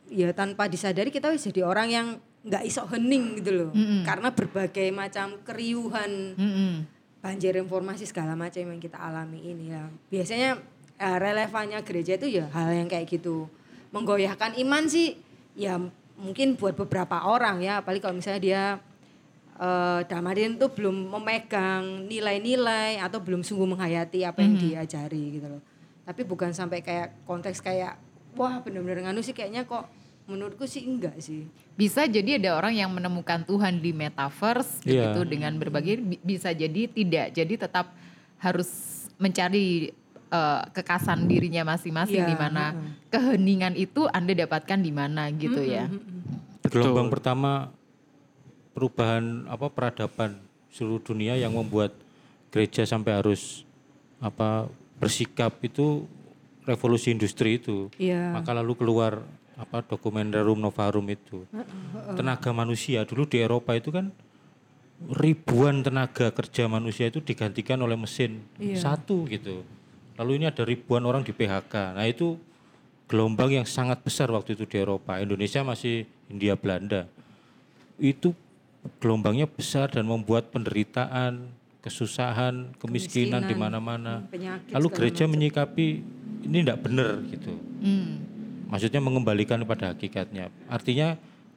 ya tanpa disadari kita wis jadi orang yang nggak iso hening gitu loh. Mm-mm. Karena berbagai macam keriuhan, Mm-mm. banjir informasi segala macam yang kita alami ini ya. Biasanya eh, relevannya gereja itu ya hal yang kayak gitu. Menggoyahkan iman sih ya mungkin buat beberapa orang ya, apalagi kalau misalnya dia eh, dalam artian itu belum memegang nilai-nilai atau belum sungguh menghayati apa yang diajari gitu loh. Tapi bukan sampai kayak konteks kayak wah benar-benar nganu sih kayaknya kok menurutku sih enggak sih. Bisa jadi ada orang yang menemukan Tuhan di metaverse Iya. gitu dengan berbagai bi- bisa jadi tidak. Jadi tetap harus mencari eh, kekasan dirinya masing-masing Iya, di mana heeh. keheningan itu Anda dapatkan di mana gitu ya. Gelombang pertama perubahan apa peradaban seluruh dunia yang membuat gereja sampai harus apa bersikap itu revolusi industri itu. Iya. Maka lalu keluar apa dokumen Rerum Novarum itu. Tenaga manusia dulu di Eropa itu kan ribuan tenaga kerja manusia itu digantikan oleh mesin satu gitu. Lalu ini ada ribuan orang di P H K. Nah itu gelombang yang sangat besar waktu itu di Eropa. Indonesia masih Hindia Belanda. Itu gelombangnya besar dan membuat penderitaan, kesusahan, kemiskinan, di mana-mana. penyakit Lalu segala gereja macam. menyikapi ini tidak benar gitu. Hmm. Maksudnya mengembalikan pada hakikatnya. Artinya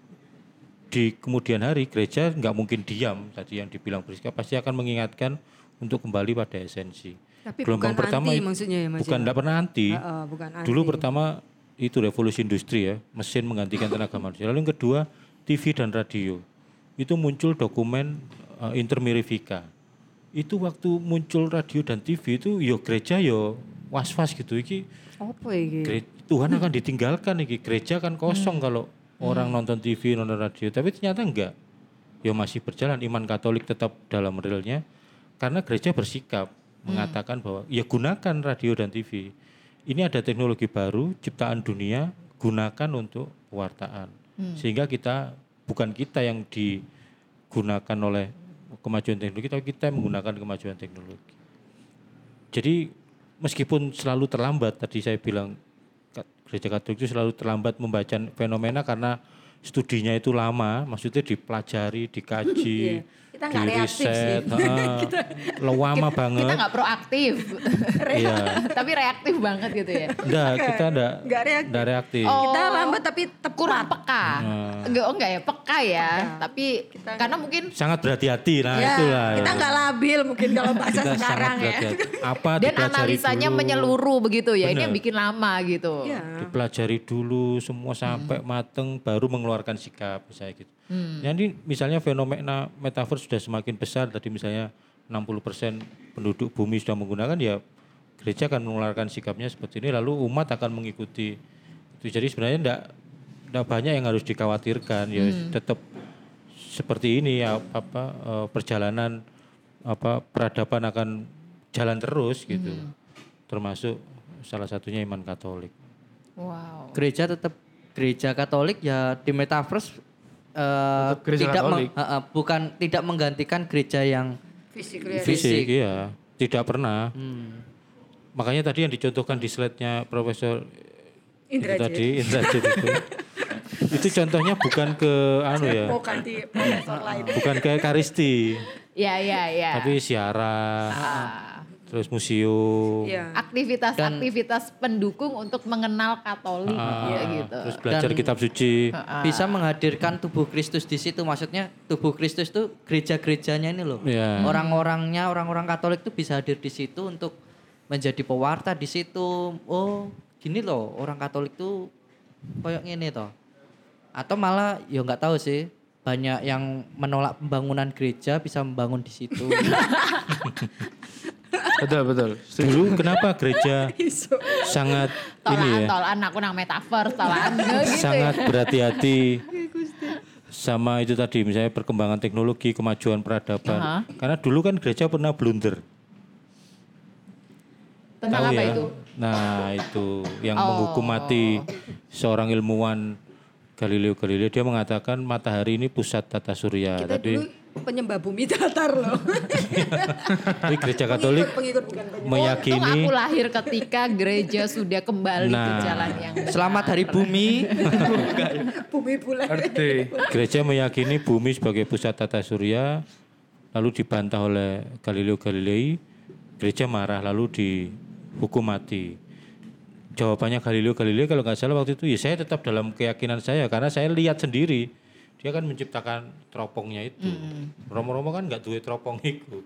di kemudian hari gereja nggak mungkin diam tadi yang dibilang Priska pasti akan mengingatkan untuk kembali pada esensi. Tapi Gelombang bukan pertama anti itu- maksudnya ya Mas. bukan ya? enggak pernah anti. Heeh, bukan anti. Dulu pertama itu revolusi industri ya, mesin menggantikan tenaga manusia. Lalu yang kedua T V dan radio. Itu muncul dokumen uh, intermirifica. Itu waktu muncul radio dan T V itu yo gereja yo was-was gitu iki. Apa iki? Gere- Tuhan akan ditinggalkan iki. Gereja kan kosong kalau orang nonton T V, nonton radio. Tapi ternyata enggak. Ya masih berjalan iman Katolik tetap dalam realnya karena gereja bersikap mengatakan bahwa ya gunakan radio dan T V. Ini ada teknologi baru ciptaan dunia, gunakan untuk pewartaan. Sehingga kita bukan kita yang digunakan oleh kemajuan teknologi, tapi kita yang menggunakan kemajuan teknologi. Jadi meskipun selalu terlambat, tadi saya bilang Ka- gereja Katolik itu selalu terlambat membaca fenomena karena studinya itu lama, maksudnya dipelajari, dikaji, Iya. Kita nggak reaktif sih. diriset, heeh. lama banget. Kita nggak proaktif, Iya. tapi reaktif banget gitu ya. Enggak, kita enggak Nggak reaktif. enggak reaktif. Oh. Kita lambat tapi tepat. Kurang peka. Nah. Enggak, oh enggak ya, peka ya. Tapi karena mungkin Sangat berhati-hati, nah Ya, itulah. kita ya. nggak labil mungkin kalau bahasa Kita sekarang sangat ya. berhati-hati. Apa dan dipelajari analisanya dulu. menyeluruh begitu ya. Ini Benar. yang bikin lama gitu. Iya. Dipelajari dulu semua sampai mateng baru mengeluarkan sikap misalnya gitu. Jadi misalnya fenomena metaverse sudah semakin besar tadi misalnya enam puluh persen penduduk bumi sudah menggunakan ya gereja akan mengeluarkan sikapnya seperti ini lalu umat akan mengikuti itu. Jadi sebenarnya enggak enggak banyak yang harus dikhawatirkan ya tetap seperti ini ya apa eh, perjalanan apa peradaban akan jalan terus gitu. Termasuk salah satunya iman Katolik. Wow. Gereja tetap gereja Katolik ya di metaverse eh, Tetap gereja tidak Katolik. meng- eh, eh, bukan tidak menggantikan gereja yang Fisik reality. Fisik, iya, tidak pernah. hmm, Makanya tadi yang dicontohkan di slide-nya Profesor itu Indrajit. tadi Indrajit itu. Itu contohnya bukan ke anu ya, Mau ganti profesor lain. bukan ke Ekaristi, Ya, ya, ya. tapi siaran, Ah. terus museum, Iya. Aktivitas-aktivitas pendukung untuk mengenal Katolik ah, ya gitu. terus belajar Dan- kitab suci. bisa menghadirkan tubuh Kristus di situ. Maksudnya tubuh Kristus tuh gereja-gerejanya ini loh. Ya. Orang-orangnya, orang-orang Katolik tuh bisa hadir di situ untuk menjadi pewarta di situ. Oh, gini loh orang Katolik tuh koyok ngene toh. Atau malah ya nggak tahu sih. Banyak yang menolak pembangunan gereja bisa membangun di situ. Betul, betul. Dulu kenapa gereja sangat ini Tolaan, ya, tolaan aku nang metaverse, tolaan gitu sangat ya. berhati-hati sama itu tadi misalnya perkembangan teknologi, kemajuan peradaban. Aha. Karena dulu kan gereja pernah blunder. Tentang Tahu apa ya? itu? Nah itu yang Oh. menghukum mati seorang ilmuwan Galileo Galilei dia mengatakan matahari ini pusat tata surya. Kita Tadi dulu penyembah bumi datar loh. di gereja Katolik Pengikut, bukan penyembah. Untung meyakini aku lahir ketika gereja sudah kembali ke Nah. jalan yang benar. Selamat Hari Bumi. Bumi bulan. Earth gereja meyakini bumi sebagai pusat tata surya, lalu dibantah oleh Galileo Galilei. Gereja marah lalu dihukum mati. Jawabannya Galileo Galilei kalau nggak salah waktu itu, ya saya tetap dalam keyakinan saya karena saya lihat sendiri dia kan menciptakan teropongnya itu. Romo-romo kan nggak duwe teropong itu.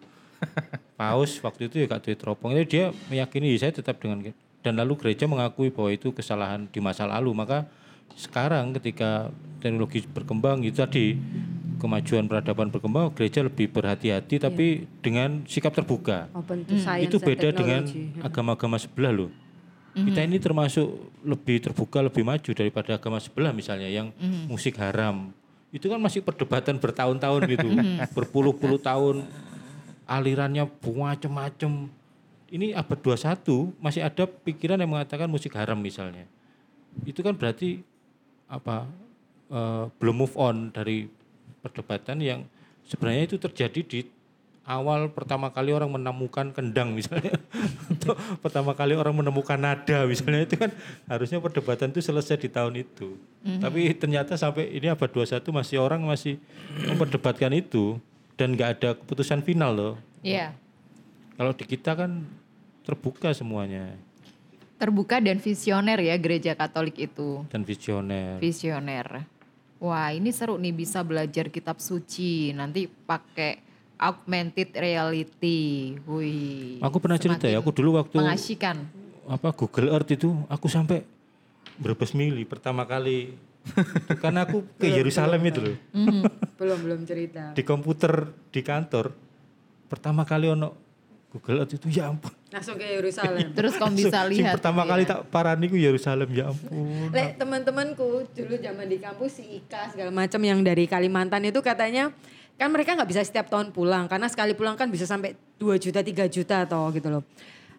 Paus waktu itu ya nggak duwe teropong itu, dia meyakini ya saya tetap dengan, dan lalu gereja mengakui bahwa itu kesalahan di masa lalu. Maka sekarang ketika teknologi berkembang itu tadi, kemajuan peradaban berkembang, gereja lebih berhati-hati tapi dengan sikap terbuka. Open to science Itu and beda dengan technology. agama-agama sebelah loh. Kita ini termasuk lebih terbuka, lebih maju daripada agama sebelah misalnya yang musik haram. Itu kan masih perdebatan bertahun-tahun gitu. Berpuluh-puluh tahun, alirannya macam-macam. Ini abad dua puluh satu masih ada pikiran yang mengatakan musik haram misalnya. Itu kan berarti apa eh, belum move on dari perdebatan yang sebenarnya itu terjadi di awal pertama kali orang menemukan kendang misalnya, atau pertama kali orang menemukan nada misalnya, itu kan harusnya perdebatan itu selesai di tahun itu. Mm-hmm. Tapi ternyata sampai ini abad dua puluh satu masih orang masih memperdebatkan itu dan nggak ada keputusan final loh. Iya. Kalau di kita kan terbuka semuanya Terbuka dan visioner ya gereja Katolik itu. dan visioner. Visioner. Wah, ini seru nih bisa belajar kitab suci. Nanti pakai augmented reality. Wih. Aku pernah cerita ya, aku dulu waktu mengasyikan. apa Google Earth itu aku sampai berbes mili pertama kali. Karena aku ke Yerusalem itu loh. Belum belum cerita. Di komputer di kantor pertama kali ono Google Earth itu, ya ampun. Langsung ke Yerusalem. Terus kamu bisa Sing lihat. pertama ya. kali tak parani ku Yerusalem, ya ampun. Lek teman-temanku dulu zaman di kampus si Ika segala macam yang dari Kalimantan itu katanya kan mereka nggak bisa setiap tahun pulang karena sekali pulang kan bisa sampai dua juta tiga juta atau gitu loh.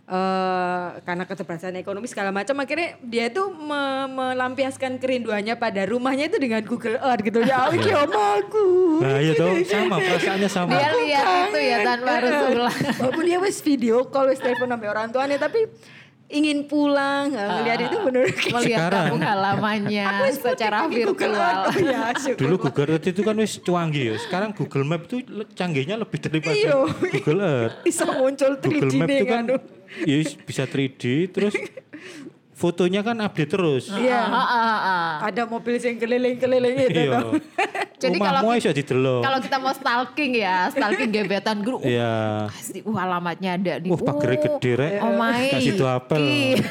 Uh, karena keterbatasan ekonomi segala macam akhirnya dia itu me- melampiaskan kerinduannya pada rumahnya itu dengan Google Earth gitu ya. Iki omaku. Nah iya toh, sama perasaannya sama. Dia lihat itu ya tanpa harus ulang. Walaupun dia wes video call wes telepon sampai orang tuanya tapi ingin pulang ngelihat itu benar. Melihat Sekarang- kampung halamannya secara Google virtual. Earth. Ya, syukur. Dulu Google Earth itu kan wis cuanggih ya. Sekarang Google Map itu le- canggihnya lebih daripada Iya. Google Earth. Bisa muncul tiga Google D Map nih itu kan kan. ya bisa tiga D, terus fotonya kan update terus. Iya. Ah, ah, ah. Ada mobil yang keliling-keliling itu. Iya. tuh. Jadi kalau Omahmu kita- iso didelok. Kalau kita mau stalking ya, stalking gebetan guru. Uh, Iya. pasti uh, alamatnya ada di. Wah, pagere gede rek. Oh my. Kasih tuh apel.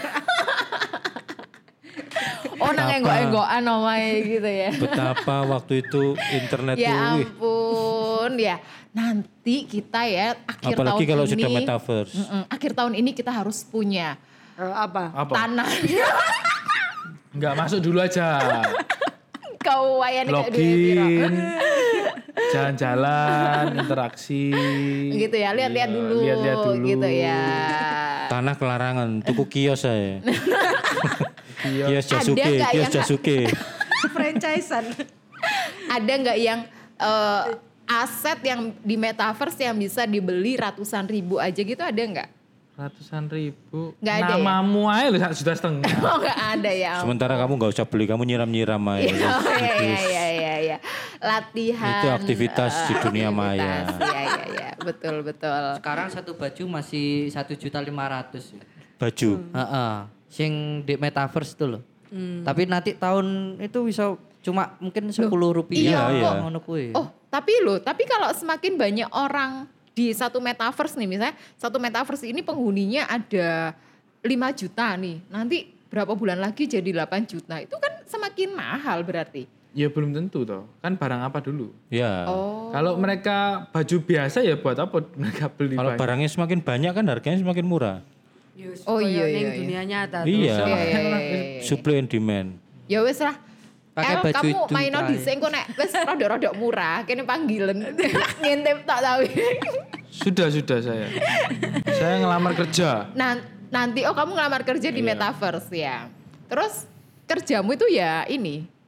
Oh nang Betapa- enggok-enggokan oh my gitu ya. Betapa waktu itu internet Ya tuh, wih. ampun ya. Nanti kita ya akhir Apalagi tahun kalau ini. sudah metaverse. Mm-mm, akhir tahun ini kita harus punya Eh, apa? Apa? tanah. Enggak masuk dulu aja. Kau wayane kayak duwe piro. Login. Jalan-jalan, interaksi. Gitu ya, lihat-lihat Iya, dulu, lihat-lihat dulu. gitu ya. Tanah kelarangan, tuku kios saya. Kios Jasuke, Ada nggak kios yang- Jasuke. Franchisean. Ada nggak yang eh, aset yang di metaverse yang bisa dibeli ratusan ribu aja gitu, ada nggak? Ratusan ribu. Nggak ada ya? Namamu aja loh satu juta setengah. Oh nggak ada ya. Sementara kamu nggak usah beli, kamu nyiram-nyiram aja. Iya, iya, iya, iya, iya. Latihan. Itu aktivitas di eh, dunia maya. aktivitas. Iya, iya, iya. Betul, betul. Sekarang satu baju masih satu juta lima ratus. Baju. Heeh. Sing di metaverse tuh loh. Hmm. Tapi nanti tahun itu bisa cuma mungkin sepuluh Iya, rupiah iya. kok ngono kuwi. Oh, tapi loh, tapi kalau semakin banyak orang di satu metaverse nih, misalnya satu metaverse ini penghuninya ada lima juta nih. Nanti berapa bulan lagi jadi delapan juta. Itu kan semakin mahal berarti. Ya belum tentu toh. Kan barang apa dulu? Ya. Oh. Kalau mereka baju biasa ya buat apa mereka beli Kalau banyak? barangnya semakin banyak kan harganya semakin murah. Oh, iya, Ning iya, iya. dunia nyata tuh. Iya. Iya, iya, iya, iya. Supply and demand. Ya wes lah. Pakai El, baju kamu itu main terakhir. audisi engko nek wis rada-rada murah, kene panggilan. Ngintip tak tahu. Sudah sudah saya. Saya ngelamar kerja. Nan- nanti oh kamu ngelamar kerja di Iya. metaverse ya. Terus kerjamu itu ya ini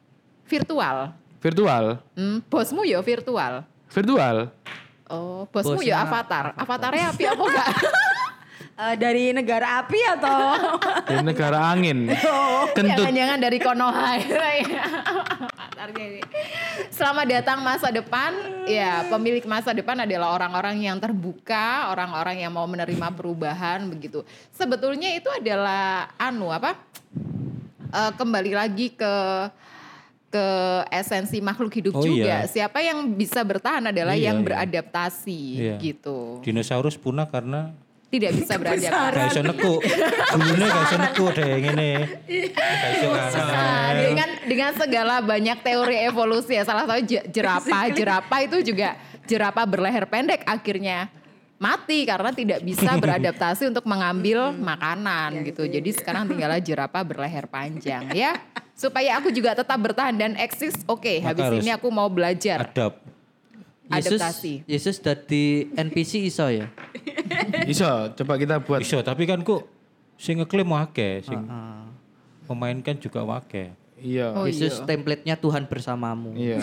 virtual. Virtual. Hmm, bosmu ya virtual. Virtual. Oh, bosmu Bosnya ya avatar. Avatarnya api apa enggak? Eh, dari negara api atau Dari negara angin. Kentut. Jangan-jangan dari Konoha. Avatarnya ini. Selamat datang masa depan. Ya, pemilik masa depan adalah orang-orang yang terbuka, orang-orang yang mau menerima perubahan begitu. Sebetulnya itu adalah anu apa? Eh, kembali lagi ke ke esensi makhluk hidup Oh, juga. iya. Siapa yang bisa bertahan adalah Iya, yang iya. beradaptasi Iya. gitu. Dinosaurus punah karena Tidak bisa beradaptasi. gak iso neku. Dulune gak iso neku deh ngene. Gak iso Nah, kanan. dengan dengan segala banyak teori evolusi ya, salah satu je- jerapah, jerapah itu juga jerapah berleher pendek akhirnya mati karena tidak bisa beradaptasi untuk mengambil makanan gitu. Jadi sekarang tinggallah jerapah berleher panjang ya. Supaya aku juga tetap bertahan dan eksis. Oke, Maka habis harus ini aku mau belajar. Adapt. Yesus, Adaptasi. Yesus dari N P C iso ya. Iso, coba kita buat. Iso, tapi kan kok sing ngeklaim wake, sing Ah. memainkan juga wake. Iya. Oh, Yesus iya. template-nya Tuhan bersamamu. Iya.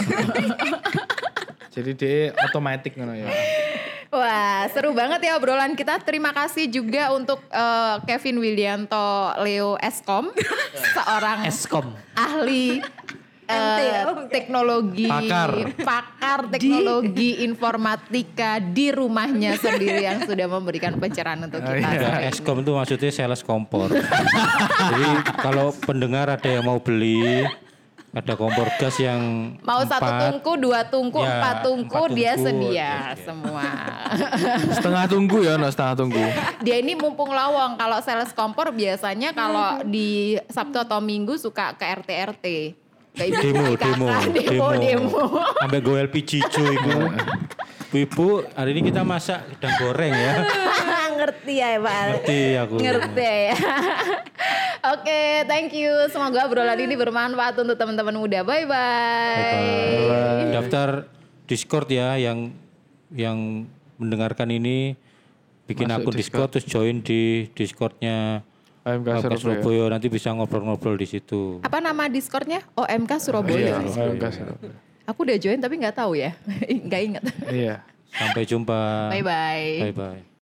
Jadi dia otomatis ngono ya. Wah, seru banget ya obrolan kita. Terima kasih juga untuk eh, Kevin Willianto Leo Eskom, seorang Eskom. ahli eh, teknologi, Pakar. pakar teknologi informatika di rumahnya sendiri yang sudah memberikan pencerahan untuk kita. iya. sore ini. Eskom itu maksudnya sales kompor. Jadi kalau pendengar ada yang mau beli, ada kompor gas yang Mau satu empat, tungku, dua tungku, Ya, empat tungku, empat dia tungku. sedia Oke. semua. Setengah tunggu ya, no, setengah tunggu. Dia ini mumpung lawang. Kalau sales kompor biasanya kalau di Sabtu atau Minggu suka ke R T R T. Ke ibu demo, I K K, demo, demo, demo. Sampai gue L P G cuy ibu. Ibu, hari ini kita masak udang goreng ya. Ngerti ya Pak. Ngerti aku. Ngerti ya. Oke, thank you. Semoga obrolan ini bermanfaat untuk teman-teman muda. Bye bye. Daftar Discord ya yang yang mendengarkan ini bikin Masuk akun Discord. terus join di Discordnya A M K A M K Surabaya. Surabaya, nanti bisa ngobrol-ngobrol di situ. Apa nama Discordnya? O M K Surabaya. Iya, A M K Surabaya. Aku udah join tapi nggak tahu ya. Nggak ingat. Iya. Sampai jumpa. Bye bye. Bye bye.